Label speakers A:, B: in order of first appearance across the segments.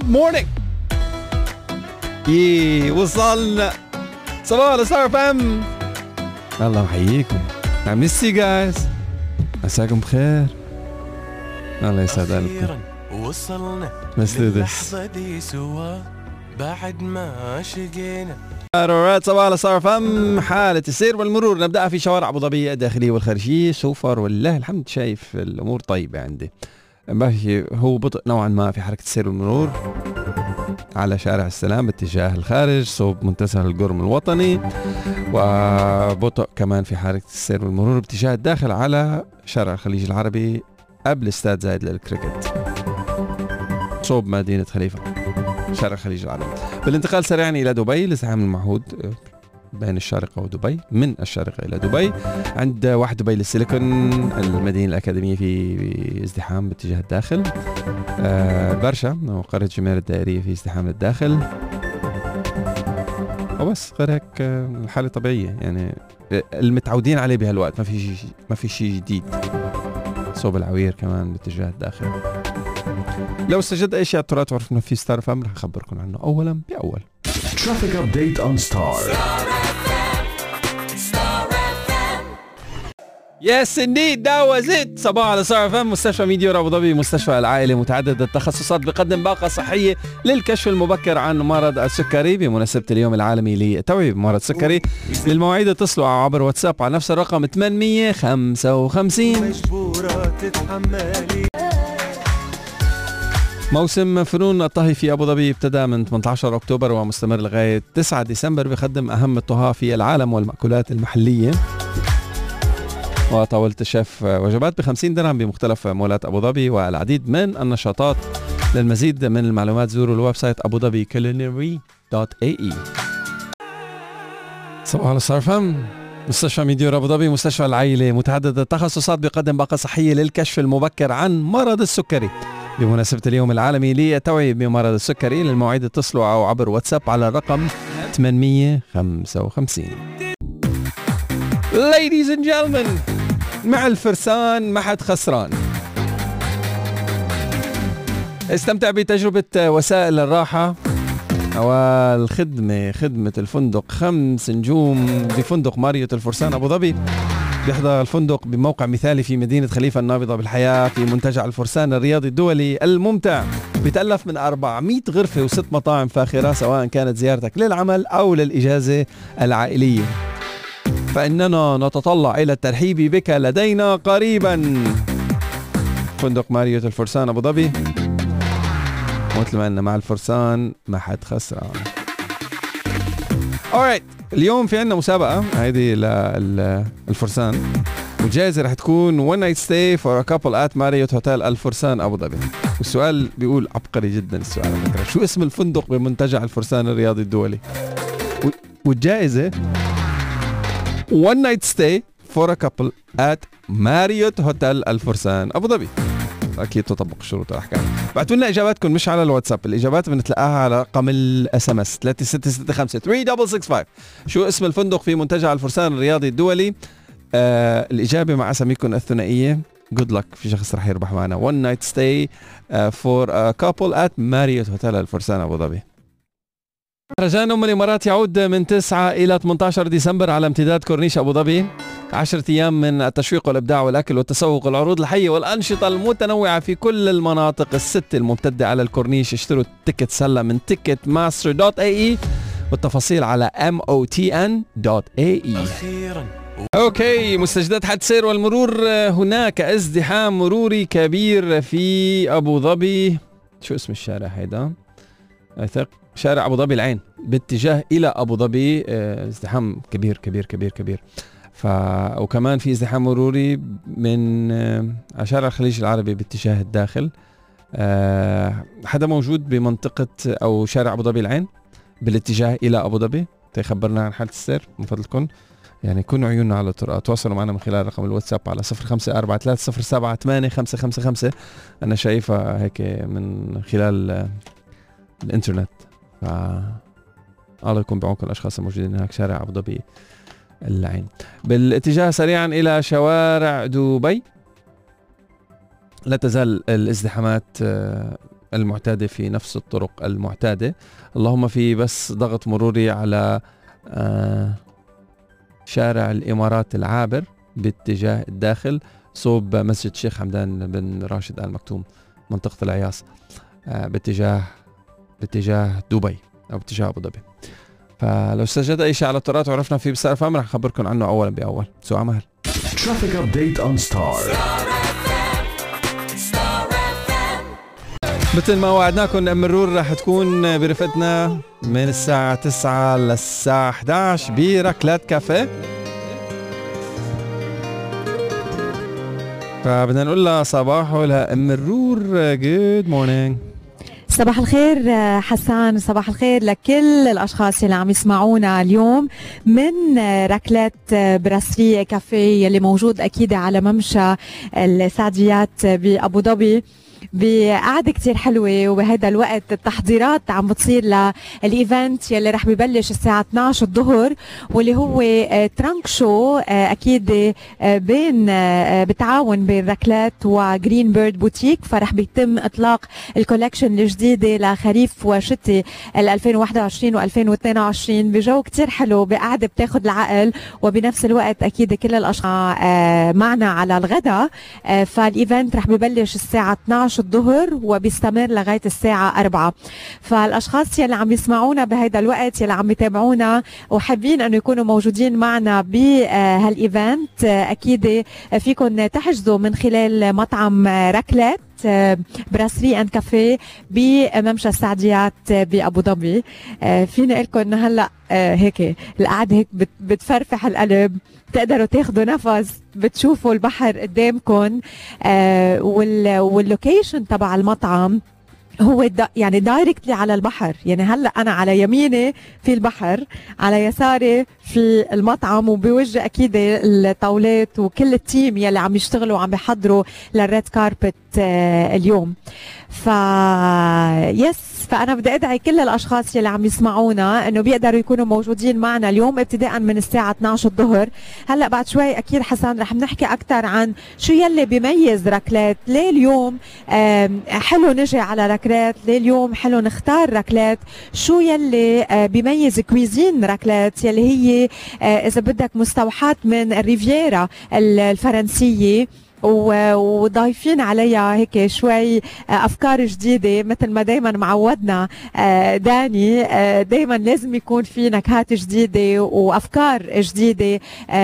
A: مورنينج. وصلنا صباح الستار اف ام. الله يحييكم. I miss you guys. مساكم بخير. الله يسعد قلبكم.
B: وصلنا
A: اللحظة
B: دي سوا بعد ما شقينا.
A: صباح الستار اف ام. حالة السير والمرور نبدأ في شوارع أبو ظبي الداخلية والخارجية. سوفر والله الحمد شايف الأمور طيبة عندي. ماشي هو بطء نوعا ما في حركة السير والمرور على شارع السلام باتجاه الخارج صوب منتزه القرم الوطني، وبطء كمان في حركة السير والمرور باتجاه الداخل على شارع الخليج العربي قبل استاد زايد للكريكت صوب مدينة خليفة شارع الخليج العربي. بالانتقال سريعا إلى دبي الازدحام المعهود بين الشارقة ودبي، من الشارقة إلى دبي عند واحد دبي للسيليكون المدينة الأكاديمية في ازدحام باتجاه الداخل. برشا وقرية جمال الدائرية في ازدحام للداخل، وبس غير هيك الحالة طبيعية يعني المتعودين عليه بهالوقت. ما في شيء جديد. صوب العوير كمان باتجاه الداخل. لو استجد أي شيء على التراث وعرفنا في ستار فام رح أخبركم عنه أولا بأول.
C: Traffic update on Star.
A: يس انديد that was it. صباح على ستار فام. مستشفى ميديور ابو ظبي مستشفى العائله متعدد التخصصات بقدم باقه صحيه للكشف المبكر عن مرض السكري بمناسبه اليوم العالمي للتوعيه بمرض السكري. للمواعيد اتصلوا عبر واتساب على نفس الرقم 855. موسم فنون الطهي في أبو ظبي ابتدأ من 18 أكتوبر ومستمر لغاية 9 ديسمبر. بيقدم أهم الطهاة في العالم والمأكولات المحلية. وطاولة الشيف وجبات ب50 درهم بمختلف مولات أبو ظبي والعديد من النشاطات. للمزيد من المعلومات زوروا الويب سايت abudabiculinary.ae. صباح الستار فام. مستشفى ميديور أبو ظبي مستشفى العائلة متعدد التخصصات بيقدم باقة صحية للكشف المبكر عن مرض السكري بمناسبة اليوم العالمي للتوعية بمرض السكري. للمواعيد اتصلوا أو عبر واتساب على الرقم 855. Ladies and gentlemen، مع الفرسان ما حد خسران. استمتع بتجربة وسائل الراحة والخدمة. خدمة الفندق 5 نجوم بفندق ماريوت الفرسان أبو ظبي. بيحظى الفندق بموقع مثالي في مدينة خليفة النابضة بالحياة في منتجع الفرسان الرياضي الدولي الممتع. بيتألف من 400 غرفة و6 مطاعم فاخرة سواء كانت زيارتك للعمل أو للإجازة العائلية. فإننا نتطلع إلى الترحيب بك لدينا قريبا. فندق ماريوت الفرسان أبو ظبي. مثل ما قلنا مع الفرسان ما حد خسران. alright، اليوم في عنا مسابقة هيدي للفرسان، والجائزة رح تكون one night stay for a couple at Marriott Hotel الفرسان أبو ظبي. والسؤال بيقول عبقري جدا السؤال على فكرة، شو اسم الفندق بمنتجع الفرسان الرياضي الدولي؟ والجائزة one night stay for a couple at Marriott Hotel الفرسان أبو ظبي. أكيد تطبق الشروط والأحكام. بعتوا لنا إجاباتكم مش على الواتساب، الإجابات بنتلقاها على رقم الSMS 3665 3665. شو اسم الفندق في منتجع الفرسان الرياضي الدولي؟ الإجابة مع أساميكم الثنائية. good luck، في شخص رح يربح معنا one night stay for a couple at Marriott Hotel الفرسان أبو ظبي. مهرجان الإمارات يعود من 9 إلى 18 ديسمبر على امتداد كورنيش أبو ظبي. 10 أيام من التشويق والإبداع والأكل والتسوق والعروض الحية والأنشطة المتنوعة في كل المناطق الست الممتدة على الكورنيش. اشتروا التيكت سلة من ticketmaster.ae والتفاصيل على motn.ae. اوكي، مستجدات حد السير والمرور. هناك ازدحام مروري كبير في أبو ظبي. شو اسم الشارع هيدا؟ أثق شارع أبو ظبي العين باتجاه إلى أبو ظبي. ازدحام كبير كبير كبير كبير. وكمان في ازدحام مروري من شارع الخليج العربي باتجاه الداخل. حدا موجود بمنطقة أو شارع أبو ظبي العين بالاتجاه إلى أبو ظبي تخبرنا عن حالة السير من فضلكم. يعني كونوا عيوننا على الطرقات. تواصلوا معنا من خلال رقم الواتساب على 0543078555. أنا شايفها هيك من خلال الانترنت. الله يكون بعونكم الاشخاص الموجودين هناك. شارع ابو ظبي العين. بالاتجاه سريعا الى شوارع دبي لا تزال الازدحامات المعتادة في نفس الطرق المعتادة، اللهم في بس ضغط مروري على شارع الإمارات العابر باتجاه الداخل صوب مسجد شيخ حمدان بن راشد آل مكتوم منطقة العياص، باتجاه دبي أو باتجاه أبو ظبي. فلو سجد أي شيء على الطرقات وعرفنا فيه بستار FM رح أخبركم عنه أولا بأول. سو عمال
C: Traffic update on Star.
A: مثل ما وعدناكم المرور رح تكون برفتنا من الساعة 9 للساعة 11 بركلات كافيه. فبدنا نقول لها صباحو لأم الرور. جود مورنينج.
D: صباح الخير حسان، صباح الخير لكل الأشخاص اللي عم يسمعونا اليوم من ركلات براسرية كافيه اللي موجود أكيد على ممشى السعديات بأبو ظبي بقعدة كتير حلوة. وبهذا الوقت التحضيرات عم بتصير للإيفنت يلي رح ببلش الساعة 12 الظهر، واللي هو ترانك شو أكيد بين بتعاون بين ركلات وجرين بيرد بوتيك. فرح بيتم إطلاق الكولكشن الجديدة لخريف وشتي 2021 و2022 بجو كتير حلو، بقعدة بتاخد العقل، وبنفس الوقت أكيد كل الأشخاص معنا على الغداء. فالإيفنت رح ببلش الساعة 12 الظهر وبيستمر لغاية الساعة 4. فالأشخاص يلي عم يسمعونا بهيدا الوقت يلي عم يتابعونا وحابين أنه يكونوا موجودين معنا بهالإيفنت، أكيد فيكن تحجزوا من خلال مطعم ركلات براسري اند كافيه بممشى السعديات بأبو ظبي. فينا لكم انه هلا هيك القعده هيك بتفرفح القلب، تقدروا تاخذوا نفس، بتشوفوا البحر قدامكم. واللوكيشن تبع المطعم هو يعني دايركتلي على البحر. يعني هلا انا على يميني في البحر، على يساري في المطعم، وبوجه اكيد الطاولات وكل التيم يلي عم يشتغلوا وعم بيحضروا للريد كاربت اليوم. فانا بدي ادعي كل الاشخاص يلي عم يسمعونا انه بيقدروا يكونوا موجودين معنا اليوم ابتداء من الساعه 12 الظهر. هلا بعد شوي اكيد حسن رح نحكي اكثر عن شو يلي بيميز ركلات، ليه اليوم حلو نجي على ركلات، ليه اليوم حلو نختار ركلات، شو يلي بيميز كويزين ركلات يلي هي اذا بدك مستوحاة من الريفيرا الفرنسيه، وضايفين عليها هيك شوي افكار جديده مثل ما دايما معودنا داني. دايما لازم يكون في نكهات جديده وافكار جديده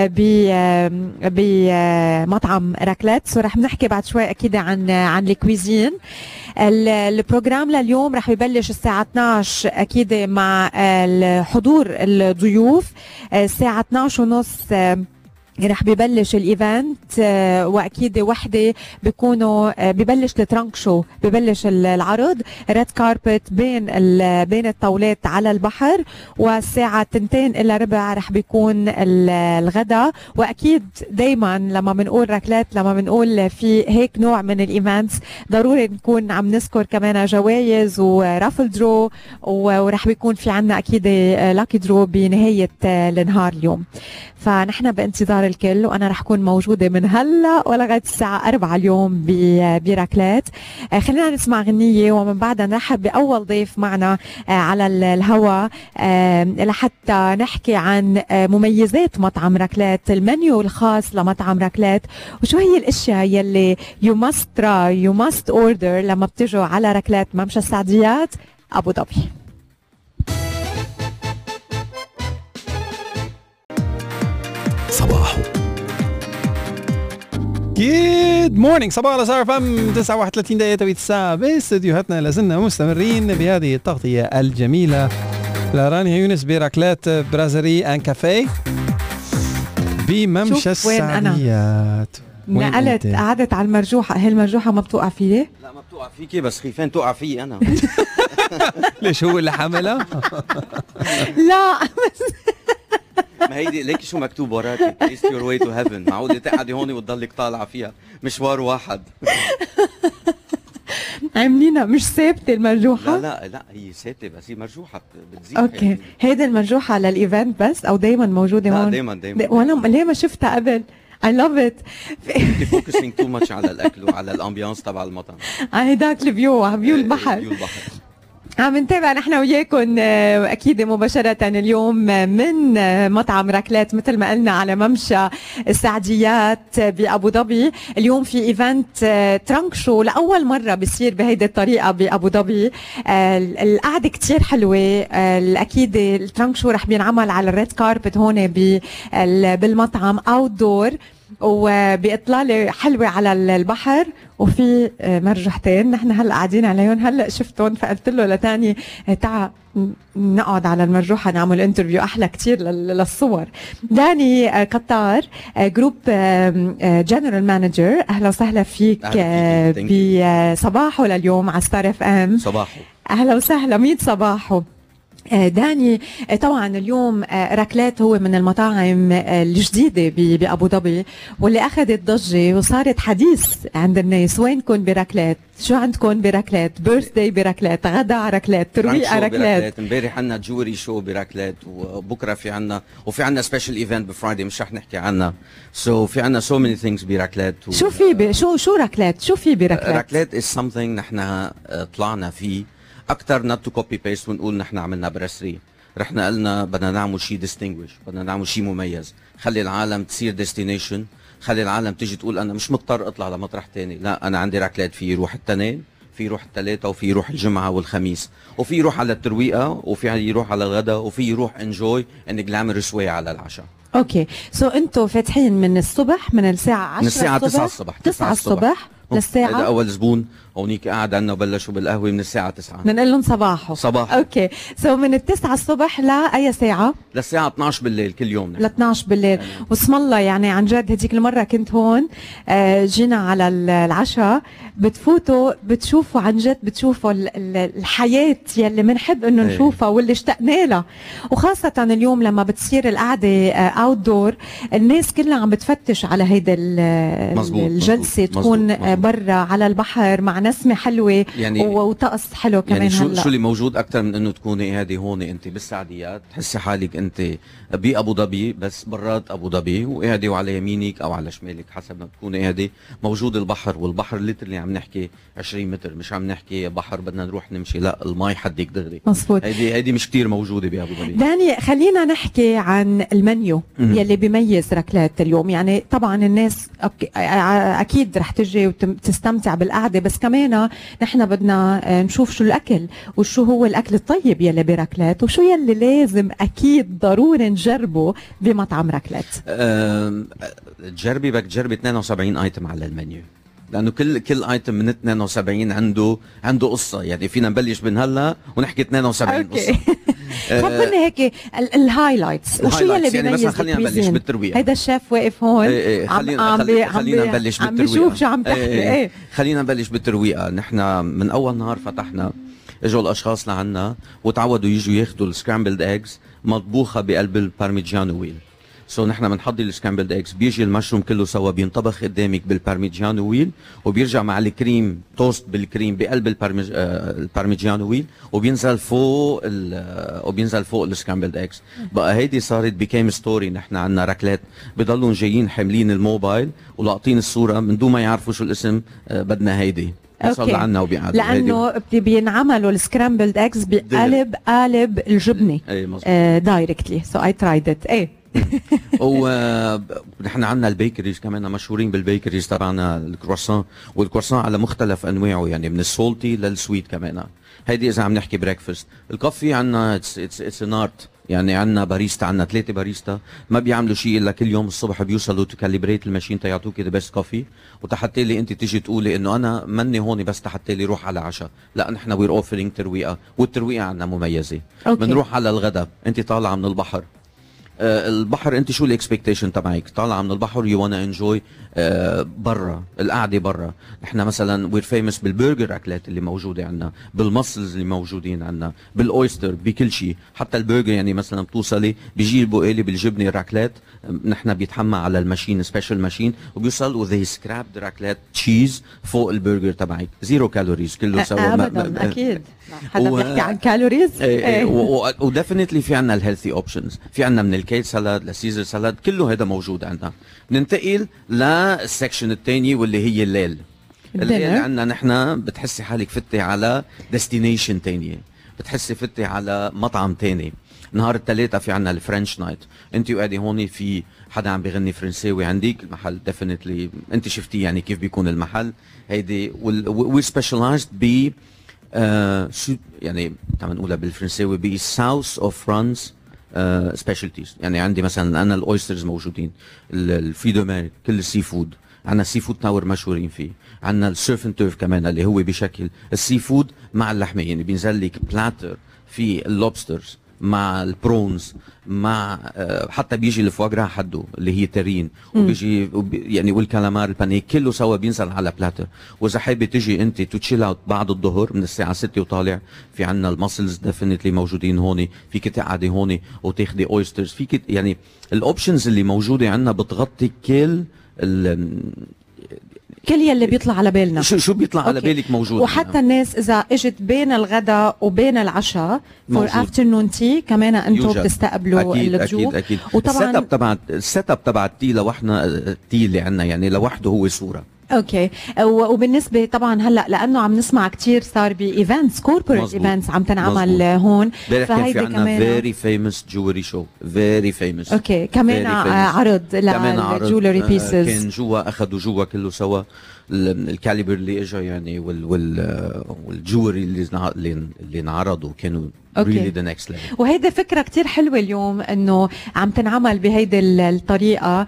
D: بمطعم ركلات. سو رح نحكي بعد شوي اكيد عن الكويزين. البروجرام لليوم رح يبلش الساعه 12 اكيد مع حضور الضيوف. الساعه 12:30 رح ببلش الايفنت، واكيد وحده بيكونوا ببلش الترانك شو، ببلش العرض ريد كاربت بين الطاولات على البحر. والساعه 2:15 رح بيكون الغداء. واكيد دايما لما بنقول ركلات، لما بنقول في هيك نوع من الايفنتس، ضروري نكون عم نذكر كمان جوائز ورافل درو، ورح بيكون في عنا اكيد لاكي درو بنهايه النهار اليوم. فنحن بانتظار الكل، وانا رح اكون موجوده من هلا ولغايه الساعه 4 اليوم بركلات. خلينا نسمع غنيه ومن بعدها نرحب باول ضيف معنا على الهواء لحتى نحكي عن مميزات مطعم ركلات، المنيو الخاص لمطعم ركلات، وشو هي الاشياء يلي يو ماست اوردر لما بتجوا على ركلات ممشى السعديات ابو ظبي.
C: صباحو
A: جود مورنينج. صباح على ستار FM 39 دقيقة توقيت الساعة باستديوهاتنا. لازلنا مستمرين بهذه التغطية الجميلة لرانيا يونس بركلات برازري ان كافيه بممشى السعديات.
D: نقلت قعدت على المرجوحة. هي المرجوحة ما بتوقع فيي؟
E: لا ما بتوقع فيكي، بس خيفان توقع فيي أنا.
A: ليش هو اللي حاملها؟
D: لا
E: ما هيدي ليكي شو مكتوب وراكي Taste your way to heaven. معقولة تقعدي هون وتضلك طالعة فيها مشوار واحد؟
D: عاملينها مش ثابتة المرجوحة؟
E: لا هي ثابتة، بس هي مرجوحة بتزيد.
D: اوكي، هيدي المرجوحة للإيفنت بس أو دايما موجودة هون؟
E: لا دايما
D: وانا ليه ما شفتها قبل؟ I love it.
E: انت فوكسينج تو ماتش على الاكل وعلى الامبيانس تبع المطعم.
D: هيداك الفيو، فيو البحر.
E: فيو البحر.
D: عم نتابع نحن وياكم اكيد مباشره اليوم من مطعم راكلات مثل ما قلنا على ممشى السعديات بابو ظبي. اليوم في ايفنت ترانك شو لاول مره بيصير بهيدي الطريقه بابو ظبي. القعده كتير حلوه. اكيد الترانك شو رح بينعمل على الريد كاربت هون بالمطعم اوت دور، وبإطلالة حلوة على البحر، وفي مرجحتين نحن هلا قاعدين عليهم، هلا شفتهم فقلت له لتاني تعا نقعد على المرجوحة نعمل انترفيو أحلى كتير للصور. داني قطار جروب جنرال مانجر، أهلا وسهلا فيك بصباحه لليوم على ستار اف ام.
E: صباحه.
D: أهلا وسهلا، ميت صباحه. داني، طبعا اليوم راكلات هو من المطاعم الجديدة بأبو ظبي واللي أخذت ضجة وصارت حديث عند الناس. وينكم براكلات؟ شو عندكم براكلات؟ بيرثداي براكلات، غدا راكلات، ترويقة راكلات.
E: امبارح عنا جوري شو براكلات، وبكره في عنا وفي سبيشال ايفنت بفرايدي مش رح نحكي عنها. في عنا سو ماني ثينجز براكلات.
D: شو في شو راكلات؟ شو في براكلات؟
E: راكلات از سمثينج نحن طلعنا فيه اكثر نوت تو كوبي بيست ونقول نحن عملنا براسري. رحنا قلنا بدنا نعمل شيء ديستنجويش، بدنا نعمل شيء مميز، خلي العالم تصير ديستنيشن، خلي العالم تيجي تقول انا مش مضطر اطلع لمطرح تاني، لا انا عندي راكلات في يروح التنين، في يروح الثلاثة، وفي يروح الجمعة والخميس، وفي يروح على الترويقة، وفي يروح على الغداء، وفي يروح انجوي ان جلامرس واي على العشاء.
D: اوكي، انتم فاتحين من الصبح من الساعة 10
E: من الساعة 9 الصبح
D: 9 الصبح للساعة.
E: هذا أول زبون هونيك قاعد عنا وبلشوا بالقهوة من الساعة 9.
D: بنقول لهم صباحو.
E: صباح.
D: اوكي، من التسعة الصبح لأي ساعة؟
E: للساعة 12 بالليل كل يوم.
D: ل 12 بالليل. واسم الله يعني عن جد هديك المرة كنت هون، جينا على العشاء، بتفوتوا بتشوفوا عن جد، بتشوفوا الحياة يلي بنحب انه نشوفها واللي اشتقنا لها. وخاصة اليوم لما بتصير القعدة اوت دور، الناس كلها عم بتفتش على هيدا الجلسة تكون برا على البحر مع نسمة حلوة يعني وطقس حلو كمان.
E: يعني
D: هلا
E: شو اللي موجود اكثر من انه تكوني قاعده هون انت بالسعديات، تحسي حالك انت بابو ظبي بس برات ابو ظبي، وقاعده وعلى يمينك او على شمالك حسب ما تكوني قاعده موجود البحر. والبحر اللي عم نحكي 20 متر، مش عم نحكي بحر بدنا نروح نمشي، لا المي حدك دغري.
D: مظبوط.
E: هيدي مش كثير موجوده بابو ظبي.
D: داني، خلينا نحكي عن المنيو يلي بيميز راكلات اليوم. يعني طبعا الناس اكيد رح تجي وتستمتع بالقعده، بس كمان نحن بدنا نشوف شو الاكل وشو هو الاكل الطيب يلي براكلات، وشو يلي لازم اكيد ضروري نجربه بمطعم راكلات.
E: بدك تجربي 72 ايتم على المنيو، لانه كل ايتم من 72 عنده قصه. يعني فينا نبلش من هلا ونحكي 72 قصه.
D: خبرنا هيك الهايلايتس وشو يلي بيميز.
E: يعني مثلا خلينا نبلش بالترويقه.
D: هيدا الشيف واقف هون
E: خلينا نبلش بالترويقه.
D: عم بشوف شو عم تحكي.
E: خلينا نبلش بالترويقه. نحن من اول نهار فتحنا اجوا الاشخاص لعنا وتعودوا يجوا ياخذوا السكرامبلد ايجز مطبوخه بقلب البارميجانو ويل. نحن بنحضر السكرامبلد ايجز، بيجي المشروم كله سوا بينطبخ قدامك بالبارميجانو ويل، وبيرجع مع الكريم توست بالكريم بقلب البارميجانو ويل، وبينزل فوق السكرامبلد ايجز. بقى هيدي صارت بيكيم ستوري. نحن عندنا راكلات بضلوا جايين حاملين الموبايل ولاقطين الصوره من دون ما يعرفوا شو الاسم. بدنا هيدي وصل عنا وبيقعدوا، لانه
D: بينعملوا السكرامبلد ايجز بقلب الجبنه دايركتلي. اي ترايد ات.
E: ونحن عندنا البيكريز كمان مشهورين بالبيكريز تبعنا، الكرواسون، والكرواسون على مختلف انواعه، يعني من السولتي للسويت كمان. هيدي اذا عم نحكي بريكفاست. الكوفي عندنا اتس ان ارت. يعني عندنا باريستا، عندنا 3 باريستا ما بيعملوا شيء الا كل يوم الصبح بيوصلوا تكاليبريت الماشين تيعطوكي ذا بيست كوفي، وتحتى لي انت تيجي تقولي انه انا مني هون بس تحتى لي روح على عشاء. لا، نحن وير اوفرينج ترويقه، والترويقه عندنا مميزه. بنروح على الغداء، انت طالعه من البحر. البحر انت شو الاكسبكتيشن تبعك؟ طالعه من البحر يو وانا انجوي برا، القعده برا. نحن مثلا وير فيمس بالبرجر اكلات اللي موجوده عندنا، بالمسلز اللي موجودين عندنا، بالاويستر، بكل شيء. حتى البرجر يعني مثلا بتوصلي بيجي البقالي بالجبنه راكلات، نحن بيتحمى على الماشين سبيشال ماشين، وبيوصل وذي سكراب راكلات تشيز فوق البرجر تبعك، 0 كالوريز كله سوا.
D: ابدا حدا بيحكي عن كالوريز.
E: وديفينتلي في عندنا الهيلثي اوبشنز، في عندنا من كيت سالاد لسيزر سالاد، كله هذا موجود عندنا. ننتقل للسكشن الثاني واللي هي الليل. الليل عندنا نحن بتحسي حالك فتي على ديستنيشن تانية، بتحسي فتي على مطعم تاني. نهار الثلاثة في عنا الفرنش نايت، انت وقاعدة هون في حدا عم بيغني فرنساوي عندك، المحل ديفينتلي انت شفتيه يعني كيف بيكون المحل هيدي. وي سبيشالايزد ب يعني تعال نقولها بالفرنساوي ب ساوث اوف فرانس سبيشالتيز. يعني عندي مثلا انا الاويسترز موجودين، الفري دو مير، كل السي فود عندنا، سي فود تاور مشهورين فيه، عندنا السيرف اند تيرف كمان اللي هو بشكل السي فود مع اللحمه، يعني بينزل لك بلاتر في اللوبسترز مع البرونز مع حتى بيجي الفواجرا حده اللي هي ترين، وبيجي يعني والكالامار البانيه كله سوا بينزل على بلاتر. واذا حابه تجي انت تو تشيل اوت بعد الظهر من الساعه 6 وطالع، في عندنا المسلز ديفينتلي موجودين هون، فيك تقعدي هون وتاخدي اويسترز، فيك يعني الاوبشنز اللي موجوده عندنا بتغطي كل
D: يلي بيطلع على بالنا.
E: شو بيطلع على بالك موجود.
D: وحتى الناس اذا اجت بين الغداء وبين العشاء فور افترنون تي كمان انتم بتستقبلوا الضيوف.
E: اكيد.
D: وطبعا
E: السيت اب تبع التي لوحدنا، التي اللي عندنا يعني لوحده هو صوره.
D: اوكي. وبالنسبه طبعا هلا لانه عم نسمع كثير صار بايفنتس كوربوريت ايفنتس عم تنعمل هون،
E: فهيدي كمان فيري فيموس جويلري شو، فيري فيموس.
D: اوكي كمان عرض للجولري بيسز
E: كان جوا، اخذوا جوا كله سوا الكاليبر اللي اجى يعني والجوري اللي انعرضوا كانوا really the next level.
D: وهيدا فكرة كتير حلوة اليوم انه عم تنعمل بهيدي الطريقة،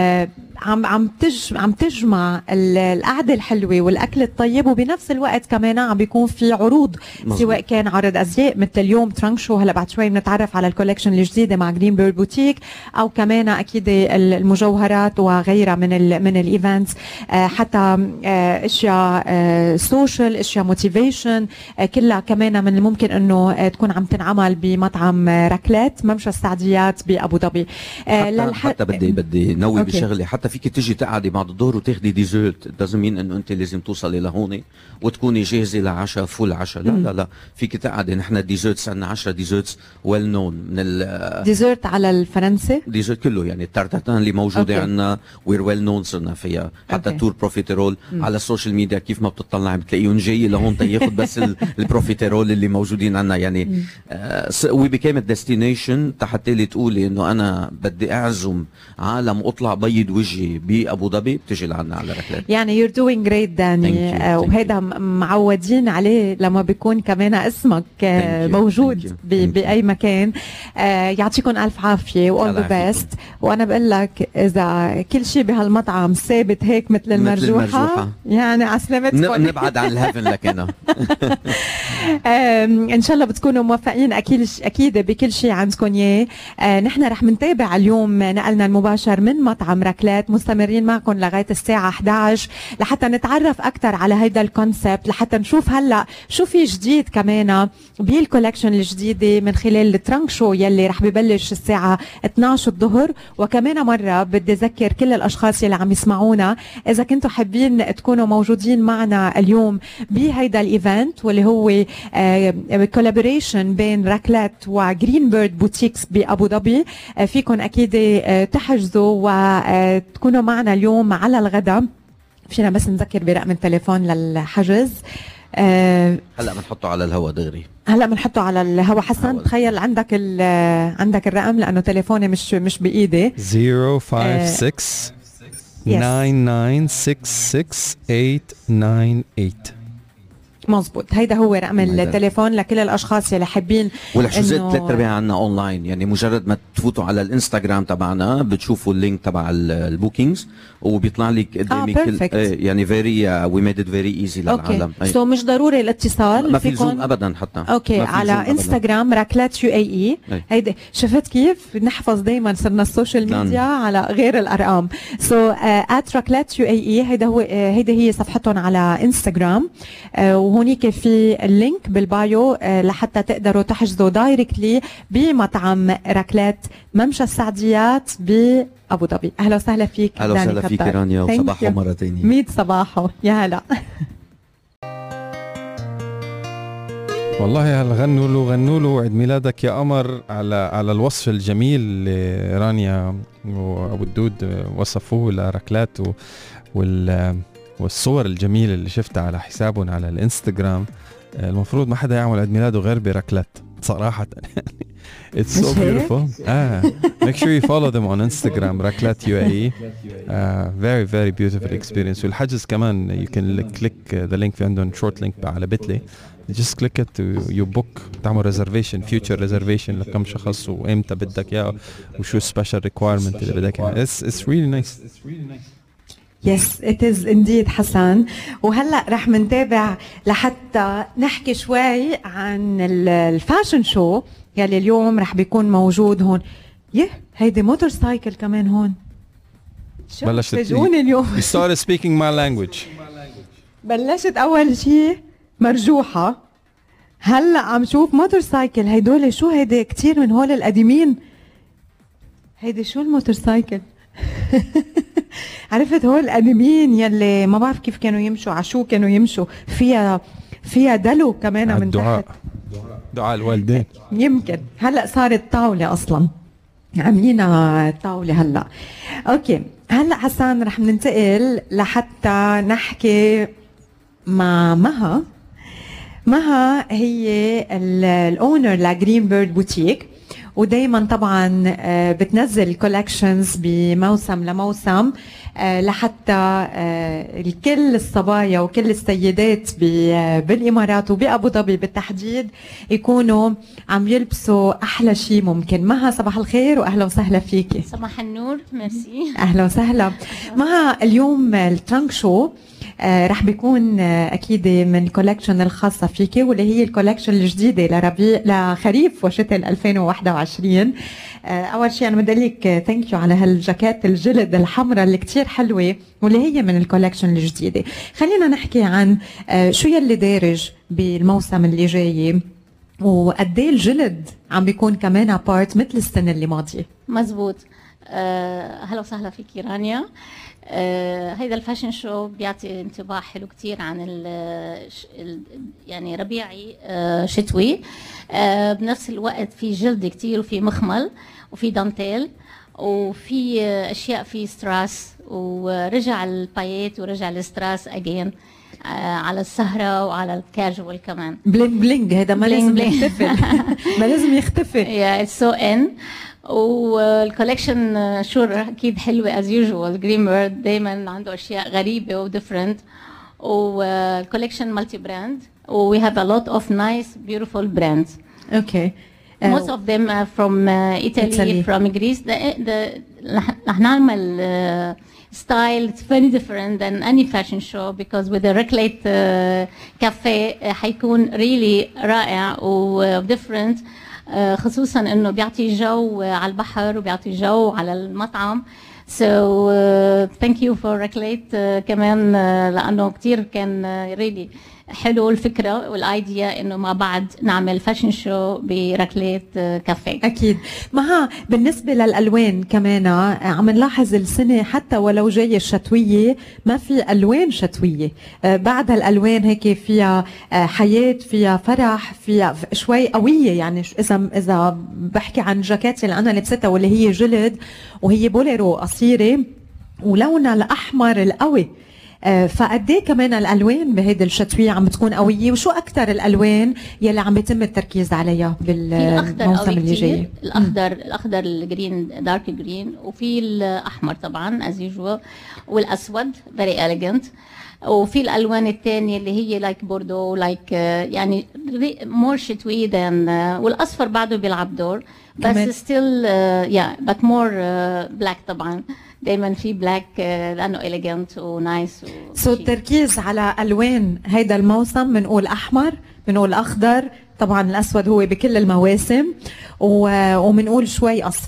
D: عم تجمع القعدة الحلوة والأكل الطيب، وبنفس الوقت كمان عم بيكون في عروض سواء كان عرض أزياء مثل اليوم ترانك شو، هلا بعد شوي بنتعرف على الكولكشن الجديدة مع جرين بيرد بوتيك، أو كمان أكيد المجوهرات وغيرها من الإيفنتس، حتى أشياء سوشيال، أشياء موتيفيشن، كلها كمان من الممكن أنه تكون عم تنعمل بمطعم راكليت ممشى السعديات بأبو ظبي.
E: حتى بدي نوي بشغله، حتى فيك تجي تقعدي بعد الظهر وتاخدي ديزرت، دازمين انه انت لازم توصلي لهون وتكوني جاهزه لعشاء فول عشاء، لا فيك تقعدي. نحن ديزرتس عندنا 10 ديزرتس ويل نون من
D: ديزرت على الفرنسي،
E: ديزرت كله يعني التارتاتان اللي موجوده عندنا وير ويل نون صرنا فيها. حتى تور بروفيترول على السوشيال ميديا كيف ما بتطلعي بتلاقيهم جاي لهون تياخذ بس البروفيترول اللي موجودين عندنا. يعني وي بيكيم ديستنيشن حتى اللي تقولي انه انا بدي اعزم عالم واطلع بيض وجهي بابو ظبي بتجي لعنا على ركلات.
D: يعني يور دوينج جريت داني، وهيدا معودين عليه لما بيكون كمان اسمك موجود باي مكان. يعطيكم الف عافيه واول ذا بيست. وانا بقول لك اذا كل شيء بهالمطعم ثابت هيك مثل المرجوحه يعني على سلامتكم.
E: نبعد عن الهيفن لكنا.
D: ان شاء الله بتكونوا موفقين اكيد بكل شيء عندكم اياه. نحن رح نتابع اليوم نقلنا المباشر من مطعم راكلات، مستمرين معكم لغايه الساعه 11 لحتى نتعرف اكثر على هيدا الكونسبت، لحتى نشوف هلا شو في جديد كمان بالكولكشن الجديده من خلال الترانك شو يلي رح ببلش الساعه 12 الظهر. وكمان مره بدي اذكر كل الاشخاص يلي عم يسمعونا، اذا كنتوا حابين تكونوا موجودين معنا اليوم بهيدا الايفنت واللي هو كولابوريشن بين راكلات وجرين بيرد بوتيكس بأبو ظبي، فيكم أكيد تحجزوا وتكونوا معنا اليوم على الغداء. فينا بس نذكر برقم التليفون للحجز.
E: هلا بنحطه على الهواء دغري،
D: هلا بنحطه على الهواء. حسن تخيل عندك الرقم لأنه تليفوني مش بإيدي.
A: 056 9966898.
D: مزبوط، هيدا هو رقم التليفون لكل الاشخاص اللي حابين.
E: والحجوزات 3/4 عنا اونلاين، يعني مجرد ما تفوتوا على الانستغرام تبعنا بتشوفوا اللينك تبع البوكينجز وبيطلع لك قدامك يعني فيري وي ميد ات فيري ايزي للعالم.
D: سو مش ضروري الاتصال،
E: ما في زوم ابدا حتى.
D: اوكي على انستغرام راكلات UAE. هيدا شفت كيف نحفظ دايما صرنا السوشيال ميديا على غير الارقام. سو @راكلات UAE هيدا هي صفحتهم على انستغرام، وهونيك في اللينك بالبايو لحتى تقدروا تحجزوا دايركتلي بمطعم راكلات ممشى السعديات بأبو ظبي. اهلا وسهلا فيك.
E: اهلا وسهلا فيك رانيا، وصباحو مرة ثانية.
D: 100 صباحو، يا هلا.
A: والله غنوا له عيد ميلادك يا قمر على الوصف الجميل اللي رانيا وابو الدود وصفوه لركلات والصور الجميلة اللي شفتها على حسابهم على الانستغرام. المفروض ما حدا يعمل عيد ميلاده غير بركلات صراحة. It's so beautiful. Make sure you follow them on Instagram, Raklat UAE. Very very beautiful experience. والحجز كمان you can click the link في عندهم short link على بتلي. Just click it you book تعمل reservation future reservation لكم شخص وإمتى بدك إياه وشو special requirement اللي بدك إياه. It's really nice.
D: Yes, it is indeed حسن. وهلأ رح منتابع لحتى نحكي شوي عن الفاشن شو يلي اليوم رح بيكون موجود هون. هيدي موتور سايكل كمان هون.
A: بلشت
D: تجوني اليوم.
A: You started speaking my language.
D: بلشت أول شيء مرجوحة. هلأ عم شوف موتور سايكل. هيدول شو هيدي كتير من هول القديمين. هيدي شو الموتور سايكل؟ عرفت هول القديمين يلي ما بعرف كيف كانوا يمشوا عشو كانوا يمشوا فيها دلو كمان من تحت.
A: دعاء الوالدين
D: يمكن. هلا صارت طاوله اصلا عاملينها طاوله هلا. اوكي هلا حسان رح ننتقل لحتى نحكي مع مها هي الاونر لجرين بيرد بوتيك ودايما طبعا بتنزل كولكشنز بموسم لموسم لحتى الكل الصبايا وكل السيدات بالامارات وبابو ظبي بالتحديد يكونوا عم يلبسوا احلى شيء ممكن. مها صباح الخير واهلا وسهلا فيكي.
F: صباح النور. ميرسي.
D: اهلا وسهلا. مها اليوم الترانك شو رح بيكون اكيد من الكولكشن الخاصه فيكي واللي هي الكولكشن الجديده لخريف وشتاء 2021. اول شيء انا بدي لك ثانك يو على هالجاكيت الجلد الحمراء اللي كتير حلوه واللي هي من الكولكشن الجديده. خلينا نحكي عن شو يلي دارج بالموسم اللي جاي وقد ايه الجلد عم بيكون كمان بارت مثل السنه اللي ماضيه.
F: مزبوط. اهلا وسهلا فيكي رانيا. هيدا الفاشن شو بيعطي انطباع حلو كتير عن يعني ربيعي شتوي. بنفس الوقت في جلد كتير وفي مخمل وفي دانتيل وفي اشياء في ستراس ورجع البايات ورجع الستراس اجين على السهرة وعلى الكاجوال كمان.
D: بلينج بلينج هذا ما لازم يختفي. ما لازم يختفي.
F: Yeah, it's so in. والكولكشن شور اكيد حلوه از يوجوال. جرين بيرد دايما عنده اشياء غريبه وديفرنت والكولكشن مالتي براند و we have a lot of nice beautiful brands.
D: Okay.
F: Most of them are from Italy, from Greece. رح نعمل style it's very different than any fashion show because with the Raklat cafe حيكون really رائع و different. خصوصا انه بيعطي جو على البحر وبيعطي جو على المطعم. So thank you for Raklat كمان لانه كتير كان really حلو الفكره والايديا انه مع بعض نعمل فاشن شو بركلات كافيه.
D: اكيد. مها بالنسبه للالوان كمان عم نلاحظ السنه حتى ولو جايه الشتويه ما في الوان شتويه. بعد الالوان هيك فيها حياه فيها فرح فيها شوي قويه. يعني اذا بحكي عن جاكيت اللي انا لبستها واللي هي جلد وهي بوليرو قصيره ولونها الاحمر القوي. فقديه كمان الالوان بهيدي الشتويه عم بتكون قويه وشو اكثر الالوان يلي عم بيتم التركيز عليها بالموسم اللي جاي؟
F: الاخضر الجرين دارك جرين وفي الاحمر طبعا از يوجوال والاسود فيري اليجنت وفي الالوان الثانيه اللي هي لايك بوردو لايك يعني مور شتوي ذان والاصفر بعده بيلعب دور بس ستيل بات مور بلاك طبعا. دايما في بلاك لانه اليجنت ونايس.
D: سو التركيز على الوان هيدا الموسم بنقول احمر بنقول اخضر طبعا الاسود هو بكل المواسم وبنقول شوي اصفر.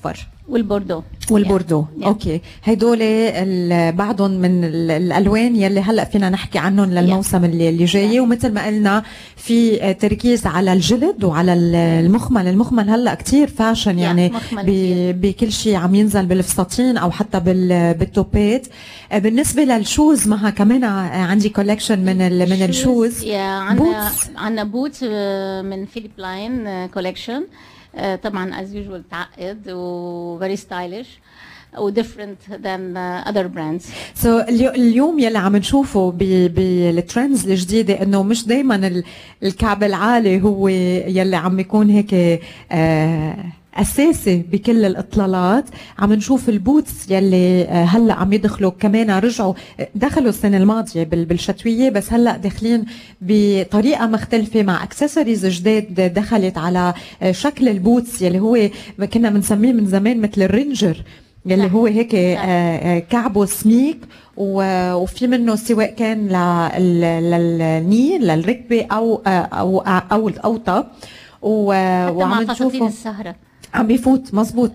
D: والبوردو.
F: Yeah.
D: اوكي، هدول بعضهم من الالوان يلي هلا فينا نحكي عنهم للموسم اللي جاي. ومثل ما قلنا في تركيز على الجلد وعلى المخمل هلا كتير فاشن يعني بكل شيء عم ينزل بالفساتين او حتى بالتوبات. بالنسبه للشوز معها كمان عندي كولكشن من الشوز.
F: عندنا بوتس من فيليب لاين كولكشن، طبعا as usual تعقد و very stylish و different than other brands.
D: So اليوم يلي عم نشوفه بالترندز الجديدة انه مش دايما الكعب العالي هو يلي عم يكون هيك اساسي بكل الاطلالات. عم نشوف البوتس يلي هلا عم يدخلوا كمان، دخلوا السنه الماضيه بالشتويه، بس هلا داخلين بطريقه مختلفه مع اكسسوارز جداد دخلت على شكل البوتس يلي هو كنا بنسميه من زمان مثل الرينجر، يلي هو هيك كعبه سميك وفي منه سواء كان للني للركبه او الاوطى.
F: وعم نشوفه السهره عم
D: بيفوت مزبوط.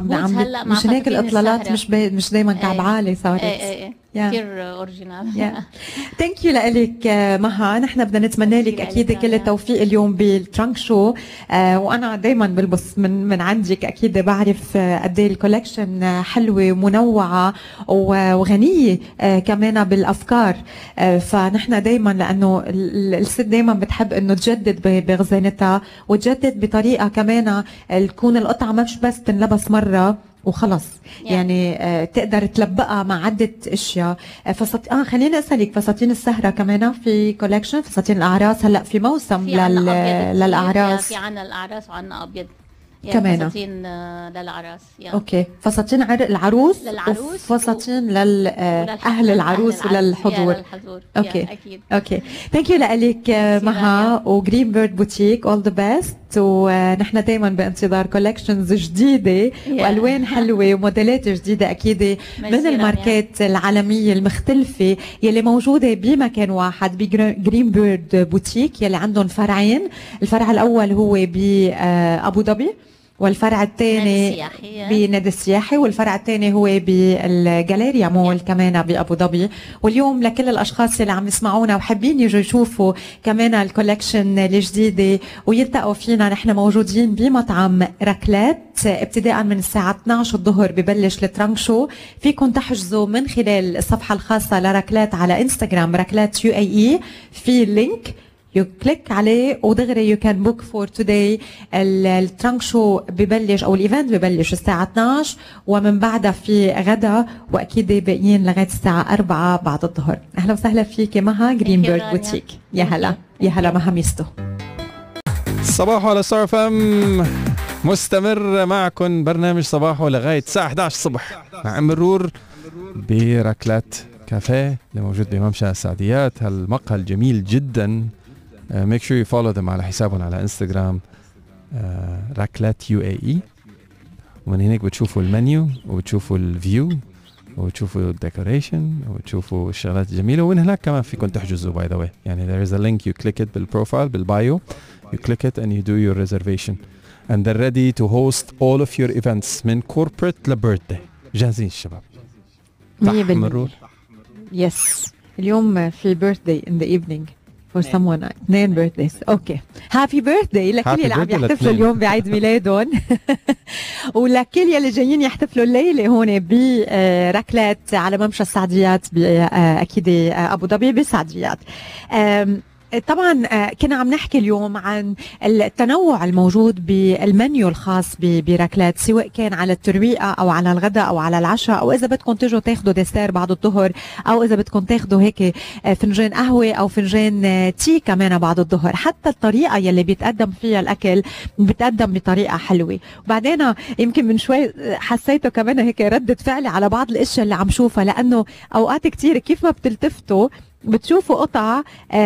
D: مش هيك الاطلالات مش دايما كعب عالي صارت.
F: كثير اوريجينال.
D: ثانك يو لك مها. نحن بدنا نتمنى لك اكيد كل التوفيق اليوم بالترانك شو. وانا دايما بلبس من عندك، اكيد بعرف قد ايه الكولكشن حلوه ومنوعه وغنيه كمان بالافكار. فنحن دايما لانه الست دايما بتحب انه تجدد بغزينتها وتجدد بطريقه كمان تكون القطعه مش بس تنلبس مره وخلص يعني تقدر تلبقها مع عدة اشياء. خليني اسالك، فساتين السهرة كمان في كولكشن، فساتين الاعراس هلا في موسم للاعراس.
F: في عنا الاعراس وعنا ابيض
D: كمان
F: فساتين للعراس.
D: اوكي، فساتين العروس وفساتين للاهل العروس وللحضور. اوكي
F: اكيد.
D: اوكي، ثانك يو لك مها وجرين بيرد بوتيك. اول ذا بيست. ونحن دائما بانتظار كولكشنز جديده والوان حلوه وموديلات جديده اكيد من الماركات العالميه المختلفه يلي موجوده بمكان واحد بجرين بيرد بوتيك، يلي عندهم فرعين. الفرع الاول هو بابو ظبي، والفرع الثاني بنادي السياحي، والفرع الثاني هو بالجاليريا مول كمان بأبو ظبي. واليوم لكل الأشخاص اللي عم يسمعونا وحابين يجوا يشوفوا كمان الكولكشن الجديدة ويلتقوا فينا، نحن موجودين بمطعم ركلات ابتداء من الساعة 12 الظهر ببلش الترانك شو. فيكم تحجزوا من خلال الصفحة الخاصة لركلات على انستغرام ركلات UAE، في لينك كليك عليه ودغري يو كان بوك فور توداي. الترانك شو ببلش او الايفنت ببلش الساعه 12 ومن بعدها في غدا، واكيد باقيين لغايه الساعه 4 بعد الظهر. اهلا وسهلا فيك مها جرين بيرد بوتيك. يا هلا مها ميستو.
A: صباحو على ستار اف ام، مستمر معكم برنامج صباحو لغايه الساعه 11 الصبح مع مرور بركلات كافيه اللي موجود بممشى السعديات. هالمقهى الجميل جدا. make sure you follow them على حسابهم على انستغرام ركلات UAE. ومن هناك بتشوفوا المنيو وبتشوفوا الفيو وبتشوفوا الديكوريشن وبتشوفوا الشغلات الجميله. ومن هناك كمان فيكم تحجزوا باي ذا واي. يعني there is a link, you click it بالبروفايل بالبايو, you click it and you do your reservation and they're ready to host all of your events من corporate لبيرثدي. جاهزين الشباب؟
D: 100%. يس اليوم في birthday in the evening for someone. 2 birthdays. اوكي، هابي بيرثداي لكل اللي عم يحتفلوا اليوم بعيد ميلادهم ولكل يلي جايين يحتفلوا الليله هون بركلات على ممشى السعديات اكيد ابو ظبي بالسعديات. طبعا كنا عم نحكي اليوم عن التنوع الموجود بالمنيو الخاص بركلات، سواء كان على الترويقه او على الغداء او على العشاء، او اذا بدكم تيجوا تاخذوا ديسير بعد الظهر، او اذا بدكم تاخذوا هيك فنجان قهوه او فنجان تي كمان بعد الظهر. حتى الطريقه يلي بيتقدم فيها الاكل بتقدم بطريقه حلوه. وبعدين يمكن من شوي حسيته كمان هيك ردة فعلي على بعض الاشياء اللي عم شوفها، لانه اوقات كتير كيف ما بتلتفتوا بتشوفوا قطع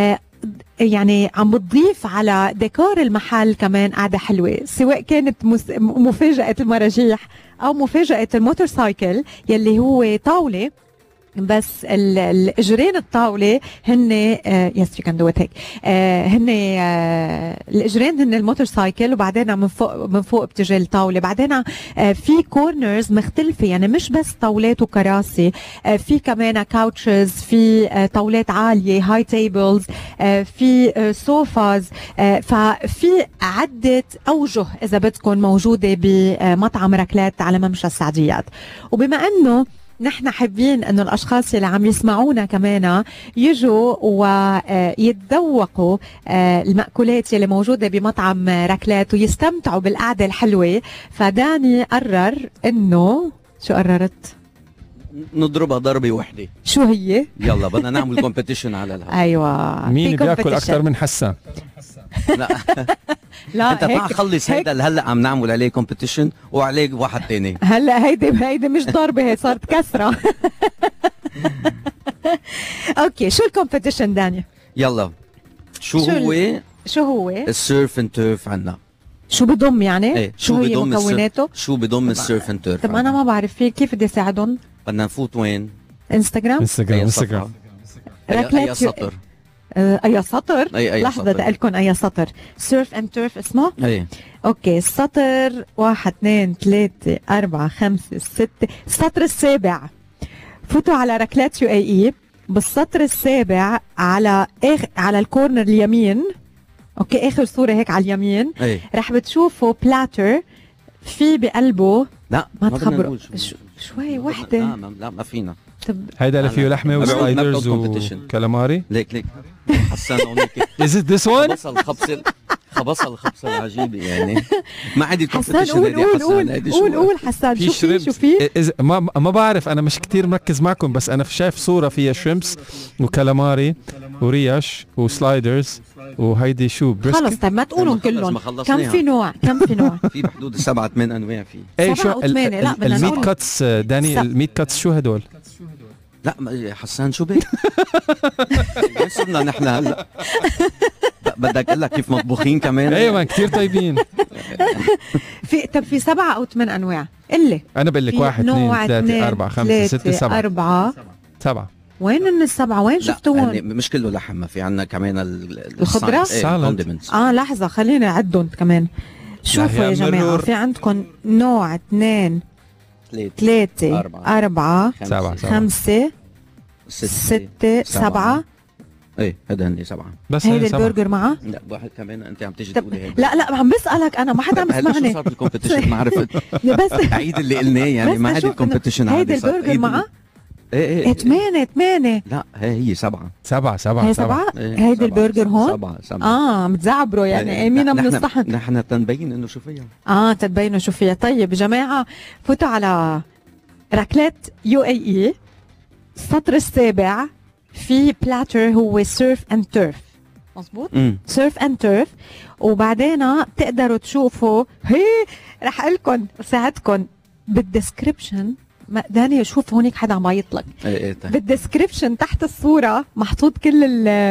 D: يعني عم بتضيف على ديكور المحل كمان قاعدة حلوة، سواء كانت مفاجأة المراجيح أو مفاجأة الموتورسايكل يلي هو طاولة بس الاجرين الطاوله هن يس يو كان دو ات هيك هن الاجرين هن الموتور سايكل، وبعدين من فوق بتجي الطاوله، بعدين في كورنرز مختلفه، يعني مش بس طاولات وكراسي، في كمان كاوتشز، في طاولات عاليه هاي تيبلز، في سوفاز، ففي عده اوجه اذا بدكم موجوده بمطعم ركلات على ممشى السعديات. وبما انه نحن حابين انه الاشخاص اللي عم يسمعونا كمان يجوا ويتذوقوا المأكولات اللي موجوده بمطعم ركلات ويستمتعوا بالقعده الحلوه، فداني قرر انه شو قررت؟
E: نضربها ضربه وحده.
D: شو هي؟
E: يلا بدنا نعمل كومبيتيشن على الهواء.
D: ايوه
A: مين بياكل اكثر من حسان؟
E: لا
D: لا
E: انت تعال خلص هيدا اللي هلا عم نعمل عليه كومبيتيشن وعليه واحد تاني.
D: هلا هيدي مش ضربه، هي صارت كسره. اوكي شو الكومبيتيشن دانيا؟
E: يلا شو هو السيرف اند تيرف عنا؟
D: شو بضم يعني؟
E: ايه
D: شو هي مكوناته؟
E: شو بضم السيرف اند تيرف؟
D: طب انا ما بعرف فيه كيف بدي اساعدهم؟
E: بدنا نفوت وين؟
D: انستغرام.
E: اي سطر؟
D: اي سطر؟
E: أي
D: لحظة
E: سطر.
D: بدي اقول لكم اي سطر. سيرف اند تيرف اسمه؟
E: ايه
D: اوكي السطر 1 2 3 4 5 6 السطر السابع. فوتوا على ركلات UAE بالسطر السابع على على الكورنر اليمين. اوكي اخر صورة هيك على اليمين.
E: ايه
D: رح بتشوفوا بلاتر في بقلبه.
E: لا
D: ما تخبروا شوي وحدة.
E: لا ما فينا.
D: طب
A: هيدا اللي فيه لحمه وسلايدرز وكالاماري.
E: ليك حسان هونيك.
A: Is it this one؟
E: خبص الخبصة العجيبة يعني. ما عندي
D: حسان
E: كومبيتيشن هيدي حسان.
D: قول حسان شو في
A: ما بعرف، انا مش كتير مركز معكم، بس انا شايف صورة فيها شريمبس وكالاماري ورياش وسلايدرز وهيدي شو بريسكت.
D: خلص طيب ما تقولهم كلهم. كم في نوع؟ في
E: بحدود 7 8 انواع في.
A: ايه شو
D: 7 و8 لا بدنا
A: الميت
D: نقول.
A: كاتس داني الميت كاتس شو هدول؟
E: لا حسان شو بك؟ وين صرنا نحن هلا؟ بدك اقول لك كيف مطبوخين كمان؟
A: ايوه كتير طيبين.
D: طب في 7 أو 8 انواع اللي
A: انا بقول لك 1 2 3 4 5 6 7
D: 4
A: 7.
D: وين من السبعة؟ وين شفتوهم؟
E: يعني مش كله لحم، في عندنا كمان
D: الخضرة؟
E: الكونديمنتس.
D: لحظة خليني أعدهم كمان. شوفوا يا جماعة في عندكم نوع 2 3 4 5 6 7.
E: ايه هذا هني 7
A: بس.
D: هيدا البرجر معه؟
E: لا واحد كمان انت عم تيجي تقولي هيك.
D: لا عم بسألك انا، ما حدا عم يسمعني.
E: صار الكومبيتيشن ما عرفت.
D: بس
E: عيد اللي قلناه يعني ما عاد الكومبيتيشن.
D: هيدا البرجر معه؟
E: ايه
D: 8
E: لا هي 7
D: هي 7. هيدا البرجر هون
E: 7
D: متزعبروا يعني مين من الصحن.
E: نحن تنبين انه شو فيها.
D: تتبينوا شو فيها. طيب جماعة فوتوا على ركلات UAE السطر السابع في بلاتر هو سيرف اند تيرف. مظبوط. سيرف اند تيرف. وبعدين تقدروا تشوفوا رح اقول لكم ساعدكم بالديسكربشن. داني شوف هونيك حدا عم يطلق. بالديسكربشن تحت الصورة محطوط كل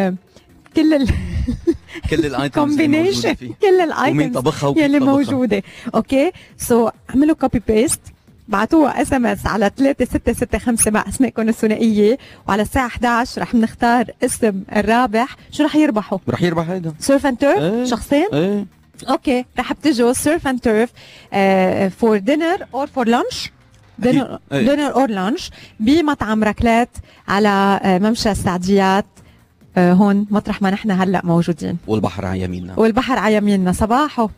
E: الايتمز
D: كومبينيشن، كل الايتمز يلي موجودة. اوكي سو اعملوا كوبي بيست، بعتوها SMS على 3665 مع اسمائكم الثنائية، وعلى الساعة 11 رح نختار اسم الرابح. شو رح يربحوا؟
E: رح يربح هيدا
D: سيرف اند تيرف شخصين. اوكي رح بتجوا سيرف اند تيرف فور دينر اور فور لانش. دينر اور لانش بمطعم ركلات على ممشى السعديات، هون مطرح ما نحن هلا موجودين.
E: والبحر على يميننا.
D: صباحو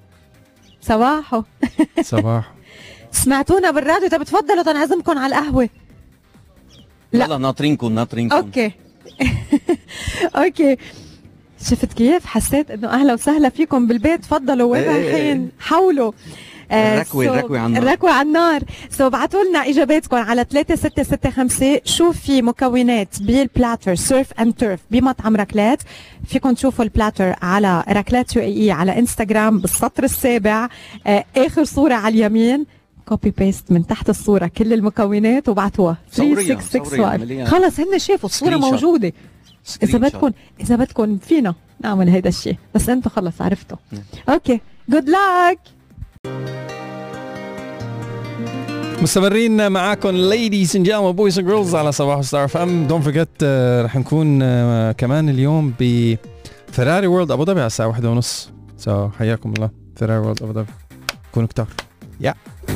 D: سمعتونا بالراديو. طب تفضلوا تنعزمكم على القهوة.
E: لا ناطرينكم.
D: اوكي اوكي شفت كيف حسيت انه اهلا وسهلا فيكم بالبيت. تفضلوا وين رايحين؟ حولوا الركوة على النار. ابعتوا لنا اجاباتكم على 3665. شو في مكونات بالبلاتر سيرف اند تيرف بمطعم ركلات؟ فيكم تشوفوا البلاتر على ركلات UAE على انستغرام بالسطر السابع، اخر صورة على اليمين. كوبي بيست من تحت الصورة كل المكونات وبعتوها 3665. خلص هن شافوا الصورة موجودة. إذا بدكم فينا نعمل هيدا الشيء، بس انتم خلص عرفتوا. اوكي جود لاك.
A: مستمرين معاكم ladies and gentlemen boys and girls على صباح ستار اف ام. دونت فورجيت رح نكون كمان اليوم بفراري وورلد ابو ظبي على الساعه 1:30. سو حياكم الله فراري وورلد ابو ظبي، كونوا كتار. يا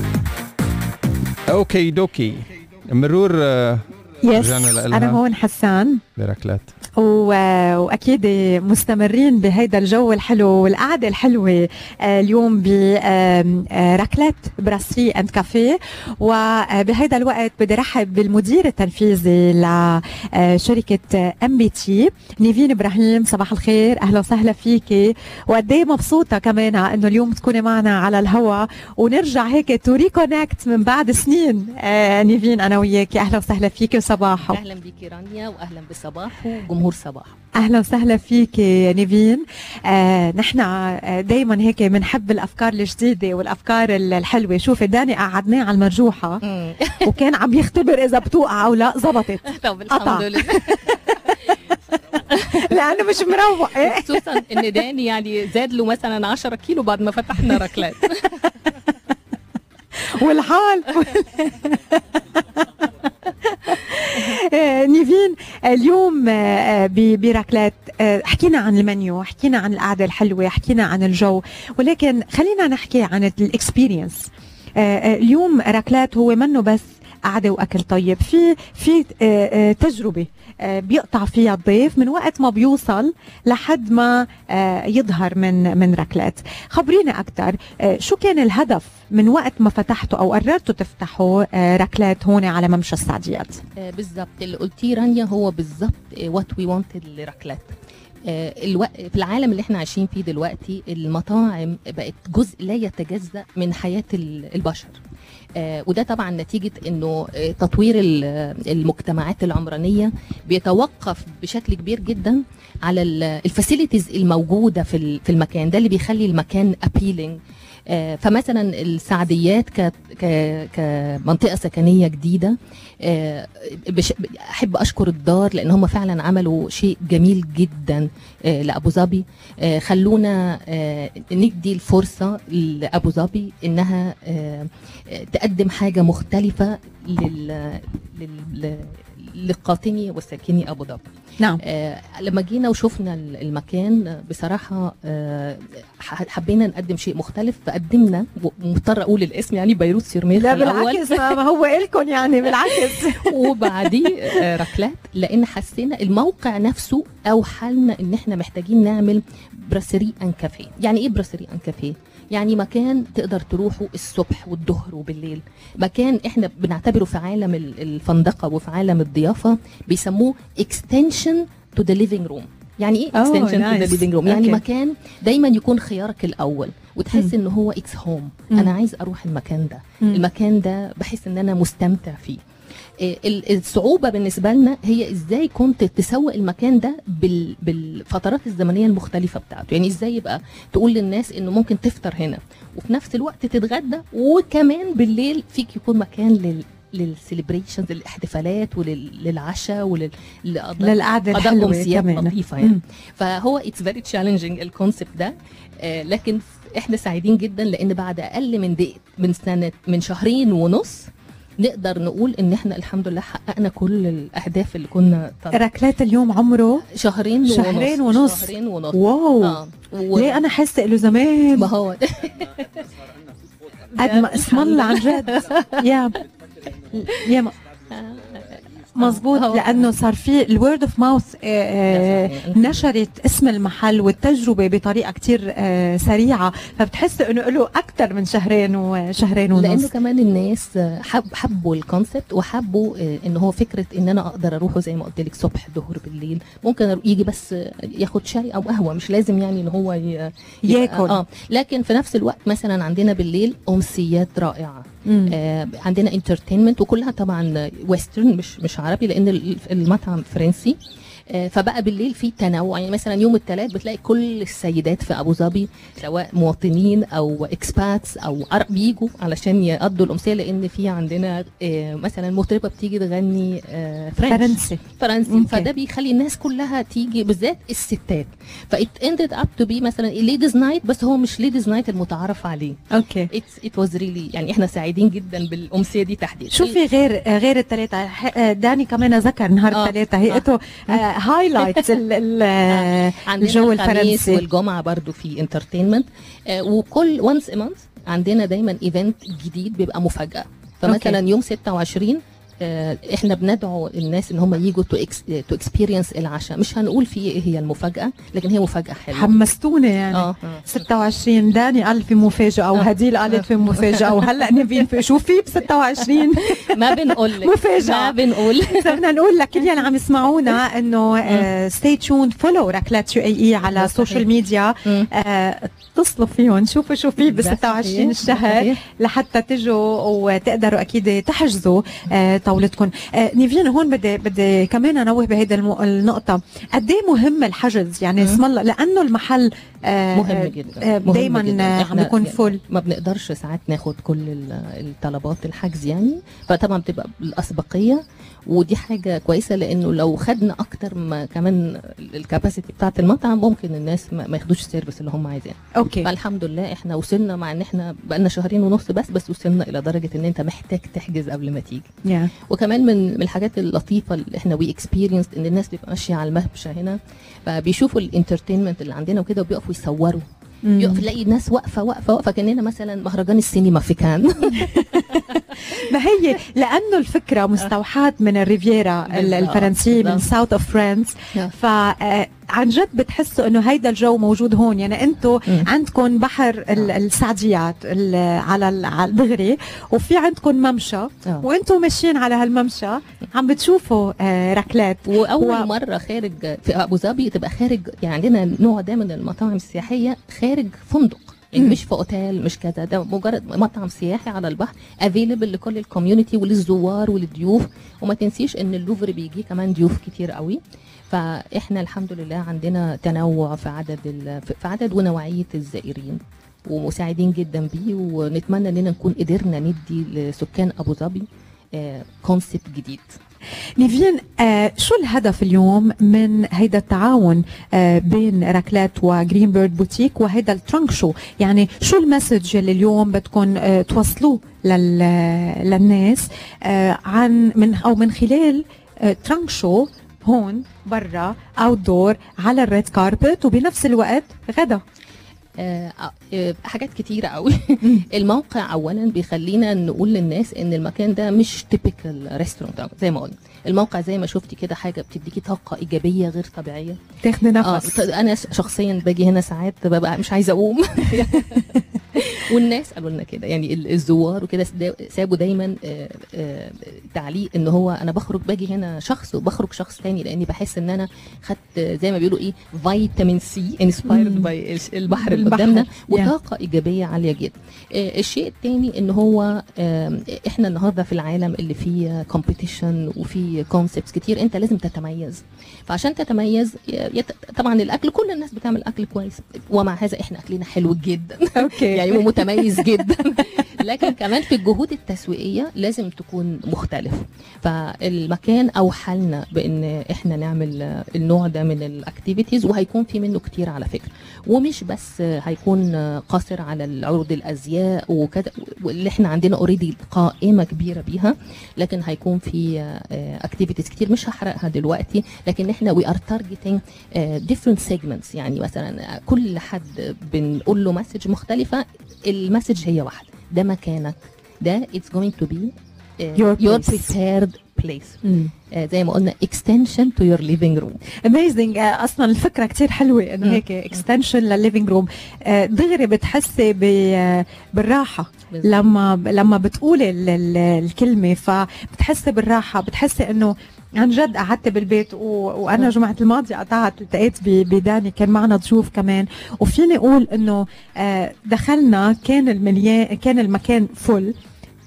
A: اوكي دوكي مرور.
D: يس انا هون حسان
A: بركلات
D: واكيد مستمرين بهيدا الجو الحلو والقعده الحلوه اليوم بركلات براسري اند كافيه. وبهيدا الوقت بدي رحب بالمدير التنفيذي لشركه MBT نيفين ابراهيم. صباح الخير، اهلا وسهلا فيكي، وقد ايه مبسوطه كمان انه اليوم تكوني معنا على الهواء ونرجع هيك تو ريكونكت من بعد سنين. نيفين انا وياكي، اهلا وسهلا فيكي وصباح.
G: اهلا بيكي رانيا واهلا بصباح وجمهور صباح.
D: اهلا وسهلا فيك يا نيفين. نحن دايما هيك بنحب الافكار الجديده والافكار الحلوه. شوفي داني قعدناه على المرجوحه وكان عم يختبر اذا بتوقع او لا، زبطت.
G: طب الحمد لله.
D: لانه مش مروق،
G: خصوصا ان داني يعني زاد له مثلا 10 كيلو بعد ما فتحنا ركلات.
D: والحال نيفين اليوم بركلات حكينا عن المنيو، حكينا عن القعدة الحلوة، حكينا عن الجو، ولكن خلينا نحكي عن الاكسبيرينس. اليوم ركلات هو منه بس قعدة وأكل طيب، في تجربة بيقطع فيها الضيف من وقت ما بيوصل لحد ما يظهر من ركلات. خبرينا أكتر، شو كان الهدف من وقت ما فتحتوا أو قررتوا تفتحوا ركلات هون على ممشى السعديات؟
G: بالضبط اللي قلتيه رانيا هو بالضبط وات وي وانتد لركلات. في العالم اللي احنا عايشين فيه دلوقتي المطاعم بقت جزء لا يتجزأ من حياة البشر. وده طبعا نتيجة انه تطوير المجتمعات العمرانية بيتوقف بشكل كبير جدا على الفاسيليتيز الموجودة في المكان ده اللي بيخلي المكان appealing. فمثلا السعديات كمنطقة سكنية جديدة، أحب أشكر الدار لأن هم فعلا عملوا شيء جميل جدا لأبو ظبي. خلونا ندي الفرصة لأبو ظبي إنها تقدم حاجة مختلفة للقاطني والساكني أبو ظبي.
D: نعم.
G: لما جينا وشفنا المكان بصراحة حبينا نقدم شيء مختلف، فقدمنا ومضطر أقول الاسم يعني بيروت سيرميخ.
D: لا بالعكس، ما هو إلكن يعني بالعكس.
G: وبعديه ركلات، لأن حسينا الموقع نفسه أوحلنا إن إحنا محتاجين نعمل براسري أن كافيه. يعني إيه براسري أن كافيه؟ يعني مكان تقدر تروحه الصبح والظهر وبالليل، مكان احنا بنعتبره في عالم الفندقة وفي عالم الضيافة بيسموه extension to the living room. يعني ايه extension to the living room؟ يعني مكان دايما يكون خيارك الأول وتحس ان هو it's home. انا عايز اروح المكان ده، المكان ده بحس ان انا مستمتع فيه. الصعوبة بالنسبة لنا هي ازاي كنت تسوق المكان ده بالفترات الزمنية المختلفة بتاعته. يعني ازاي يبقى تقول للناس انه ممكن تفطر هنا وفي نفس الوقت تتغدى، وكمان بالليل فيك يكون مكان للسيليبريشنز، الاحتفالات وللعشاء
D: للقعدة الحلوة
G: كمان لطيفة يعني. فهو it's very challenging الكونسبت ده. لكن احنا سعيدين جدا لان بعد اقل من شهرين ونص نقدر نقول ان احنا الحمد لله حققنا كل الاهداف اللي كنا
D: ركلات اليوم عمره
G: شهرين ونص.
D: واو. ليه انا حاسه له زمان؟
G: ما هو
D: قد ما اسم الله عن جد. يا مظبوط، لانه صار في الورد اوف ماوث، نشرت اسم المحل والتجربه بطريقه كتير سريعه، فبتحس انه له اكثر من شهرين ونص.
G: لانه كمان الناس حبوا الكونسبت وحبوا ان هو فكره ان انا اقدر اروحه زي ما قلت لك صبح ظهر بالليل. ممكن يجي بس ياخد شاي او قهوه، مش لازم يعني ان هو
D: ياكل.
G: لكن في نفس الوقت مثلا عندنا بالليل امسيات رائعه. عندنا انترتينمنت وكلها طبعا ويسترن مش عربي، لان المطعم فرنسي. فبقى بالليل في تنوع. يعني مثلا يوم الثلاث بتلاقي كل السيدات في ابو ظبي سواء مواطنين او اكسباتس او بيجوا علشان يقضوا الامسيه، لان في عندنا مثلا مطربه بتيجي تغني فرنسي. فده بيخلي الناس كلها تيجي، بالذات الستات. فإت اندد اب تو بي مثلا ليديز نايت، بس هو مش ليديز نايت المتعارف عليه.
D: اوكي
G: ات واز ريلي يعني احنا سعيدين جدا بالامسيه دي تحديدا.
D: شوفي غير الثلاثه داني كمان ذكر نهار الثلاثه هيئته هايلايتس الجو الفرنسي
G: والجمعه برضو في انترتينمنت. وكل وانس ا مانث عندنا دايما ايفنت جديد بيبقى مفاجاه. فمثلا يوم 26 احنا بندعو الناس ان هم ييجوا تو اكسبيرينس العشاء. مش هنقول فيه ايه هي المفاجاه، لكن هي مفاجاه حلوه.
D: حمستوني يعني 26 داني قال في مفاجاه، وهديل قالت في مفاجاه، وهلا نبين شو في ب 26
G: ما بنقول لك
D: مفاجاه،
G: ما بنقول.
D: بدنا نقول لكل اللي عم يسمعونا انه ستي تيون، فولو ركلات UAE على السوشيال ميديا، اتصلوا فيهم شوفوا شو في ب 26 الشهر لحتى تجوا وتقدروا اكيد تحجزوا طاولتكم. نيفين هون بدي كمان انوه بهيدا النقطه، قد ايه مهم الحجز يعني اسم الله، لانه المحل
G: مهم جدا
D: دائما عم بيكون فل.
G: ما بنقدرش ساعات ناخد كل الطلبات الحجز يعني، فطبعا بتبقى بالاسبقيه، ودي حاجه كويسه، لانه لو خدنا اكتر ما كمان الكاباسيتي بتاعه المطعم ممكن الناس ما ياخدوش السيرفيس اللي هم عايزينه.
D: اوكي
G: فالحمد لله احنا وصلنا، مع ان احنا بقالنا 2.5 شهور بس وصلنا الى درجه ان انت محتاج تحجز قبل ما تيجي. وكمان من الحاجات اللطيفه اللي احنا وي اكسبيرينس ان الناس بتبقى ماشيه على المهبشه هنا، فبيشوفوا الانترتينمنت اللي عندنا وكده، وبيقفوا يصوروا. يقف تلاقي الناس واقفه كاننا مثلا مهرجان السينما في كان.
D: ما هي لانه الفكره مستوحاه من الريفيرا الفرنسيه، من ساوث اوف فرانس، عن جد بتحسوا انه هيدا الجو موجود هون. يعني انتم عندكم بحر السعديات على الدغري، وفي عندكم ممشى، وانتم ماشيين على هالممشى عم بتشوفوا ركلات.
G: واول مره خارج في ابو ظبي تبقى خارج، يعني عندنا نوع ده من المطاعم السياحيه خارج فندق، يعني مش في اوتيل مش كذا، ده مجرد مطعم سياحي على البحر افيلبل لكل الكوميونتي وللزوار وللضيوف. وما تنسيش ان اللوفر بيجي كمان ضيوف كتير قوي، فاحنا الحمد لله عندنا تنوع في عدد ونوعيه الزائرين، ومساعدين جدا بيه، ونتمنى اننا نكون قدرنا ندي لسكان ابو ظبي كونسبت جديد.
D: نيفين، شو الهدف اليوم من هيدا التعاون بين ركلات وجرين بيرد بوتيك وهيدا الترانك شو؟ يعني شو المسج اللي اليوم بدكم توصلوه للناس من خلال ترانك شو هون برا اوت دور على الريد كاربت، وبنفس الوقت غدا؟
G: حاجات كتيرة قوي. الموقع اولا بيخلينا نقول للناس ان المكان ده مش تيبيكال ريستورانت زي ما قلنا. الموقع زي ما شفتي كده حاجه بتديكي طاقه ايجابيه غير طبيعيه،
D: تاخدي نفس.
G: انا شخصيا باجي هنا ساعات ببقى مش عايزه اقوم. والناس قالوا لنا كده، يعني الزوار وكده سابوا دايما تعليق ان هو انا باجي هنا شخص وبخرج شخص تاني، لاني بحس ان انا خدت زي ما بيقولوا فيتامين سي انسبايرد باي البحر اللي قدامنا، وطاقه ايجابيه عاليه جدا. الشيء الثاني ان هو احنا النهارده في العالم اللي فيه كومبيتيشن وفي كونسبتس كتير، انت لازم تتميز. فعشان تتميز طبعا الاكل، كل الناس بتعمل اكل كويس، ومع هذا احنا اكلنا حلو جدا. اوكي يعني متميز جدا. لكن كمان في الجهود التسويقيه لازم تكون مختلف. فالمكان اوحلنا بان احنا نعمل النوع ده من الاكتيفيتيز، وهيكون في منه كتير على فكره، ومش بس هيكون قاصر على العروض الازياء وكذا اللي احنا عندنا اوريدي قائمه كبيره بيها، لكن هيكون في اكتيفيتيز كتير مش هحرقها دلوقتي. لكن احنا وي ار تارجتنج ديفرنت سيجمنتس، يعني مثلا كل حد بنقول له مسج مختلفه، المسج هي واحده، ده مكانك، ده it's going to be your prepared place. زي ما قلنا extension to your living room.
D: amazing. اصلا الفكره كتير حلوه انه هيك extension للليفينج روم. دغري بتحسي بالراحه لما بتقولي الكلمه، فبتحسي بالراحه، بتحسي انه عن جد قعدت بالبيت. وانا جمعه الماضيه قطعت التقيت بداني، كان معنا ضيوف كمان، وفيني اقول انه دخلنا كان المكان فل،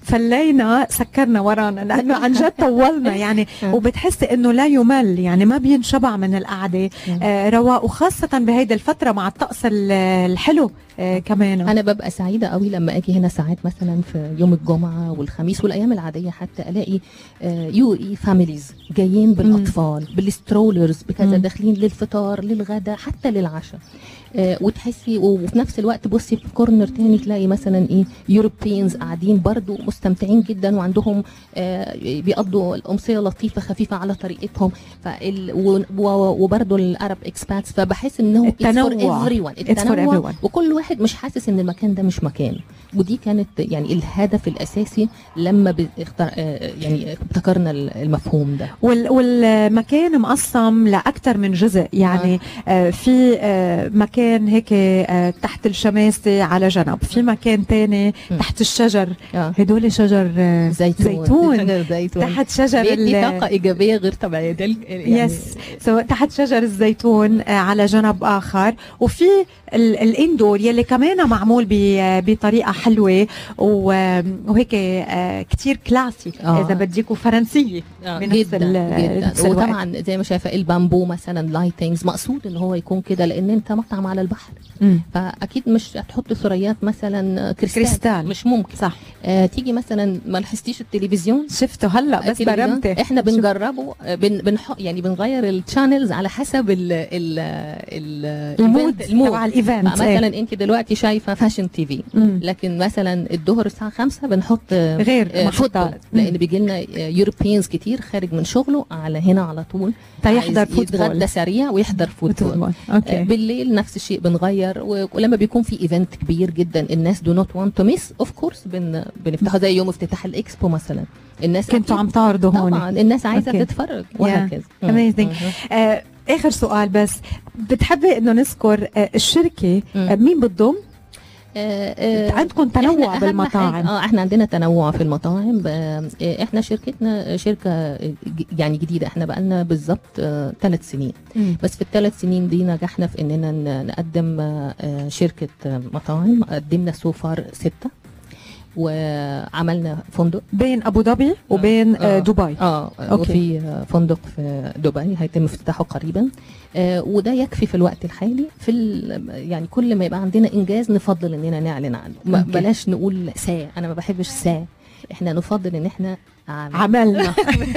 D: فلينا سكرنا ورانا لانه عن جد طولنا يعني. وبتحسي انه لا يمل يعني، ما بينشبع من القعده. رواق، وخاصه بهيدي الفتره مع الطقس الحلو كمان.
G: انا ببقى سعيده قوي لما اجي هنا ساعات مثلا في يوم الجمعه والخميس والايام العاديه، حتى الاقي فاميليز جايين بالاطفال بالسترولرز بكذا، داخلين للفطار للغدا حتى للعشاء. وتحسي وفي نفس الوقت بصي في كورنر تاني تلاقي مثلا يوروبيانز قاعدين برضو مستمتعين جدا، وعندهم بيقضوا الامسيه لطيفه خفيفه على طريقتهم. وبرضو الارب اكسباتس، فبحس انه التنوع وكل واحد مش حاسس ان المكان ده مش مكانه. ودي كانت يعني الهدف الاساسي لما يعني ابتكرنا المفهوم ده.
D: والمكان مقسم لاكثر من جزء يعني. في مكان هيك تحت الشماسة على جنب، في مكان تاني تحت الشجر، هدول شجر زيتون تحت شجر
G: بيدي طاقة إيجابية غير طبيعية
D: يعني تحت شجر الزيتون على جنب آخر. وفي الاندور يلي كمان معمول بطريقة حلوة وهيك كتير كلاسي إذا بديكوا فرنسية
G: جدا. وطبعا زي ما شايفة البامبو مثلا لايتنجز مقصود إن هو يكون كده، لأن أنت مطعم على البحر. فأكيد مش هتحط ثريات مثلا كريستال مش ممكن.
D: صح.
G: تيجي مثلا ما لاحظتيش التلفزيون؟
D: شفته هلا بس برمته.
G: احنا بنجربه يعني بنغير الشانلز على حسب
D: المود تبع الايفنت.
G: مثلا انت دلوقتي شايفه فاشن تي في، لكن مثلا الظهر الساعه 5 بنحط
D: غير
G: فوتبول، لان بيجي لنا يوروبيانز كتير خارج من شغله على هنا على طول
D: يحضر فوتبول،
G: يتغدى سريع ويحضر فوتبول. بالليل نفس الشيء بنغير. ولما بيكون في ايفنت كبير جدا الناس دو نوت وانت تو ميس، اوف كورس بنفتحه زي يوم افتتاح الاكسبو مثلا. الناس
D: كنتوا عم تعرضوا هون
G: طبعا، الناس عايزه تتفرج وهكذا.
D: اميزنج. اخر سؤال بس، بتحبي انه نذكر الشركه مين بتضم؟ عندكم تنوع بالمطاعم.
G: احنا عندنا تنوع في المطاعم. احنا شركتنا شركه يعني جديده، احنا بقالنا بالظبط 3 سنين. بس في ال3 سنين دي نجحنا في اننا نقدم شركه مطاعم. قدمنا سوفار 6، وعملنا فندق
D: بين ابو ظبي وبين دبي.
G: وفي فندق في دبي هيتم افتتاحه قريبا. وده يكفي في الوقت الحالي. يعني كل ما يبقى عندنا انجاز نفضل اننا نعلن عنه. بلاش نقول انا ما بحبش احنا نفضل ان احنا
D: عملنا.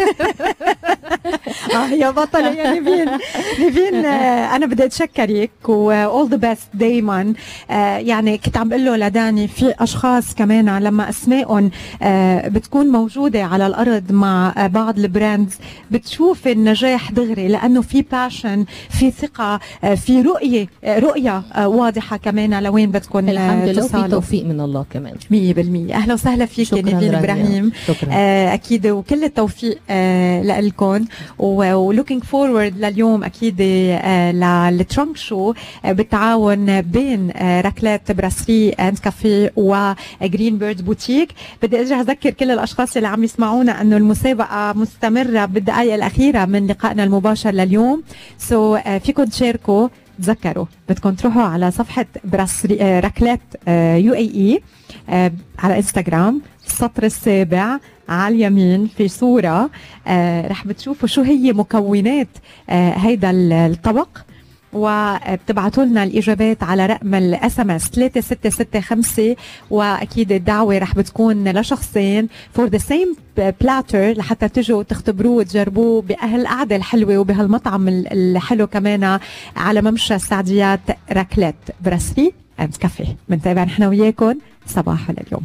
D: يا بطلة يا نيفين أنا بدي أتشكرك و all the best دايما. يعني كنت عم بقول له لداني في أشخاص كمان لما أسمائهم بتكون موجودة على الأرض مع بعض البراندز بتشوف النجاح دغري، لأنه في باشن، في ثقة، في رؤية واضحة كمان لوين بدكم
G: الحمد لله، وفي توفيق من الله كمان
D: 100%. أهلا وسهلا فيك نيفين إبراهيم. أكيد وكل التوفيق لكم، ولوكينج فورورد لليوم أكيد للترانك شو بالتعاون بين ركلات براسري اند كافيه وجرين بيرد بوتيك. بدي ارجع اذكر كل الاشخاص اللي عم يسمعونا انه المسابقه مستمره بالدقائق الاخيره من لقائنا المباشر لليوم. فيكم تشاركوا. تذكروا بدكم تروحوا على صفحه براسري ركلات UAE على انستغرام، السطر السابع على اليمين في صورة رح بتشوفوا شو هي مكونات هيدا الطبق، وبتبعتوا لنا الإجابات على رقم الSMS 3665. وأكيد الدعوة رح بتكون لشخصين for the same platter لحتى تجوا تختبروه وتجربوه بهالقعدة الحلوة وبهالمطعم الحلو كمان على ممشى السعديات ركلات براسري اند كافيه. بنتابع نحن وياكم صباح لليوم.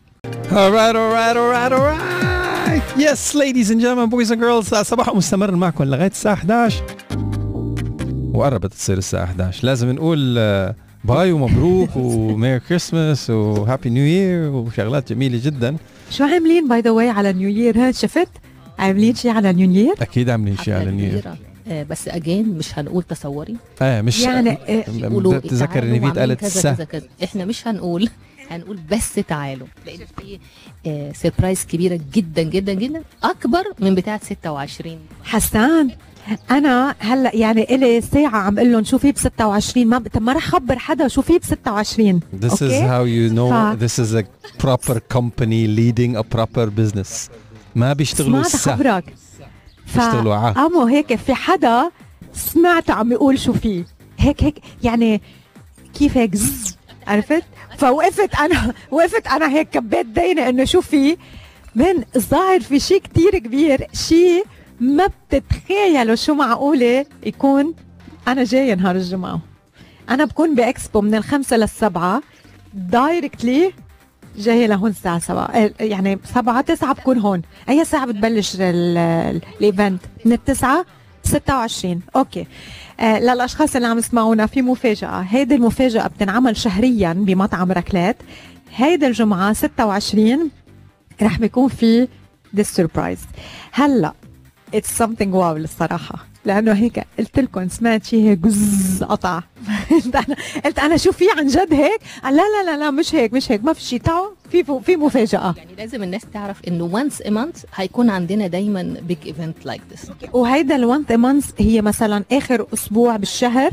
A: alright. Yes, ladies and gentlemen, boys and girls, صباح مستمر معكم لغاية الساعة 11 وقربت تصير الساعة 11. لازم نقول باي ومبروك وميري كريسماس وهابي نيو يير وشغلات جميلة جدا.
D: شو عاملين باي ذا واي على نيو يير؟ شفت عاملين شيء على نيو يير؟
A: أكيد عاملين شيء على نيو يير.
G: بس أجين مش هنقول تصوري.
A: مش
D: يعني
A: تذكر إن فيت قالت
G: كذا. إحنا مش هنقول بس تعالوا، لأن في سيربرايز كبيرة جدا جدا جدا أكبر من بتاعة 26.
D: حسان انا هلا يعني الي ساعه عم اقول لهم شو في ب 26 ما رح خبر حدا شو في ب 26.
A: This is how you know this is a proper company leading a proper business. ما بيشتغلوا الساعة،
D: خبرك
A: بيشتغلوا
D: امو هيك في حدا سمعت عم يقول شو في هيك يعني كيف هيك عرفت؟ فوقفت انا هيك كبيت ديني انه شو في من الظاهر في شيء كتير كبير، شيء ما بتتخيلوا شو معقولة يكون. أنا جاية نهار الجمعة، أنا بكون بإكسبو من 5 ل7 دايركتلي، جاية لهون الساعة 7 يعني 7-9 بكون هون. أي ساعة بتبلش الإيفنت؟ من 9 26. أوكي. للأشخاص اللي عم يسمعونا في مفاجأة، هيدي المفاجأة بتنعمل شهريا بمطعم ركلات. هيدي الجمعة 26 رح بيكون في this surprise. هلا it's something واو الصراحة، لأنه هيك قلت لكم سمعت شيء هيك جز قطع. قلت أنا شو في عن جد هيك؟ لا مش هيك ما في شيء. تعوا في مفاجأة.
G: يعني لازم الناس تعرف إنه once a month هيكون عندنا دايما big event like this.
D: وهيدا once a month هي مثلا آخر أسبوع بالشهر،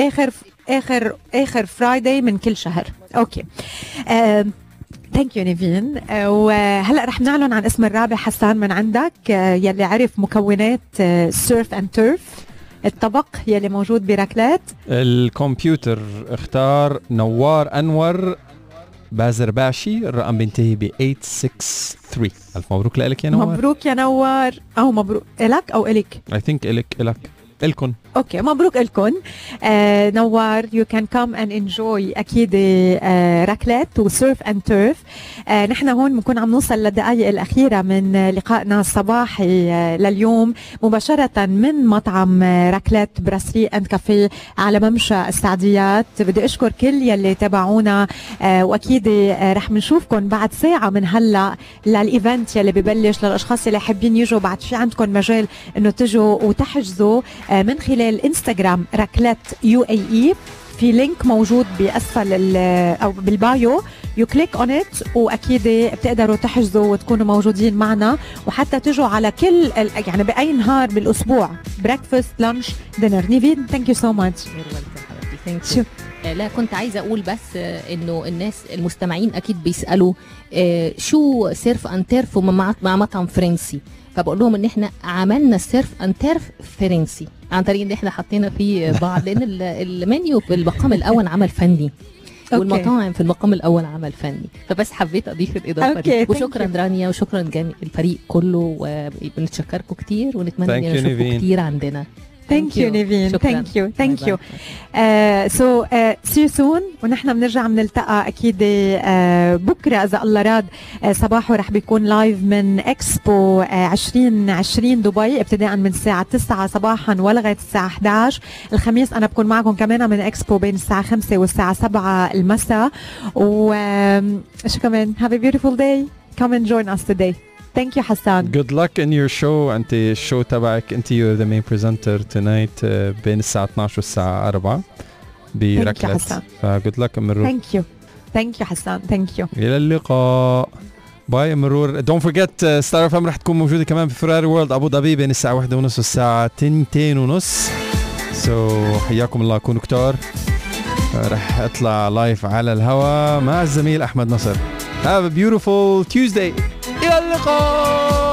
D: آخر فرايداي من كل شهر. أوكي. ثانك يو نيفين. وهلا رح نعلن عن اسم الرابح حسان من عندك، يلي عرف مكونات سيرف اند تيرف، الطبق يلي موجود بركلات.
A: الكمبيوتر اختار نوار انور بازرباشي، الرقم بينتهي ب 863. الف مبروك لك يا نوار.
D: مبروك يا نوار، او مبروك لك او الك.
A: I think الك الكن.
D: اوكي مبروك لكم. نوار you can come and enjoy اكيد ركلات وسيرف اند تيرف. نحن هون بنكون عم نوصل للدقائق الاخيره من لقائنا الصباحي لليوم مباشره من مطعم ركلات براسري اند كافيه على ممشى السعديات. بدي اشكر كل يلي تابعونا، واكيد رح نشوفكم بعد ساعه من هلا للايفنت يلي ببلش. للاشخاص اللي حابين يجوا بعد في عندكم مجال انه تجوا وتحجزوا من خلال انستغرام ركلات UAE. في لينك موجود بأسفل أو بالبايو، يو كليك اون ات، واكيد بتقدروا تحجزوا وتكونوا موجودين معنا، وحتى تجوا على كل يعني باي نهار بالاسبوع، بريكفاست لانش دينر. نيفين ثانك يو سو ماتش.
G: لا كنت عايزه اقول بس انه الناس المستمعين اكيد بيسالوا شو سيرف اند تيرف مع مطعم فرنسي، فبقول لهم ان احنا عملنا السيرف اند تيرف فرنسي عن طريق ان احنا حطينا فيه بعض، لان المنيو في المقام الاول عمل فني والمطاعم في المقام الاول عمل فني، فبس حبيت اضيف الاضافه دي. وشكرا رانيا وشكرا جميع الفريق كله، وبنتشكركم كتير ونتمنى ان نشوفكم كتير عندنا.
D: Thank you نيفين. Thank you. So see you soon. ونحن بنرجع بنلتقى اكيد بكره اذا الله راد صباحه رح بيكون لايف من اكسبو 2020 دبي، ابتداء من الساعه 9 صباحا ولغايه الساعه 11. الخميس انا بكون معكم كمان من اكسبو بين الساعه 5 والساعه 7 المساء. وشو كمان have a beautiful day. Come and join us today. Thank you حسان.
A: Good luck in your show. أنت الشو تبعك أنت you're the main presenter tonight بين الساعة 12 والساعة 4 بركلات. good luck مرور.
D: Thank you حسان. Thank you.
A: إلى اللقاء. باي مرور. Don't forget ستار FM رح تكون موجودة كمان في فراري وورلد أبو ظبي بين الساعة 1:30 والساعة 2:30. حياكم الله، كونوا كتار. رح أطلع لايف على الهواء مع الزميل أحمد نصر. Have a beautiful Tuesday. إلى اللقاء.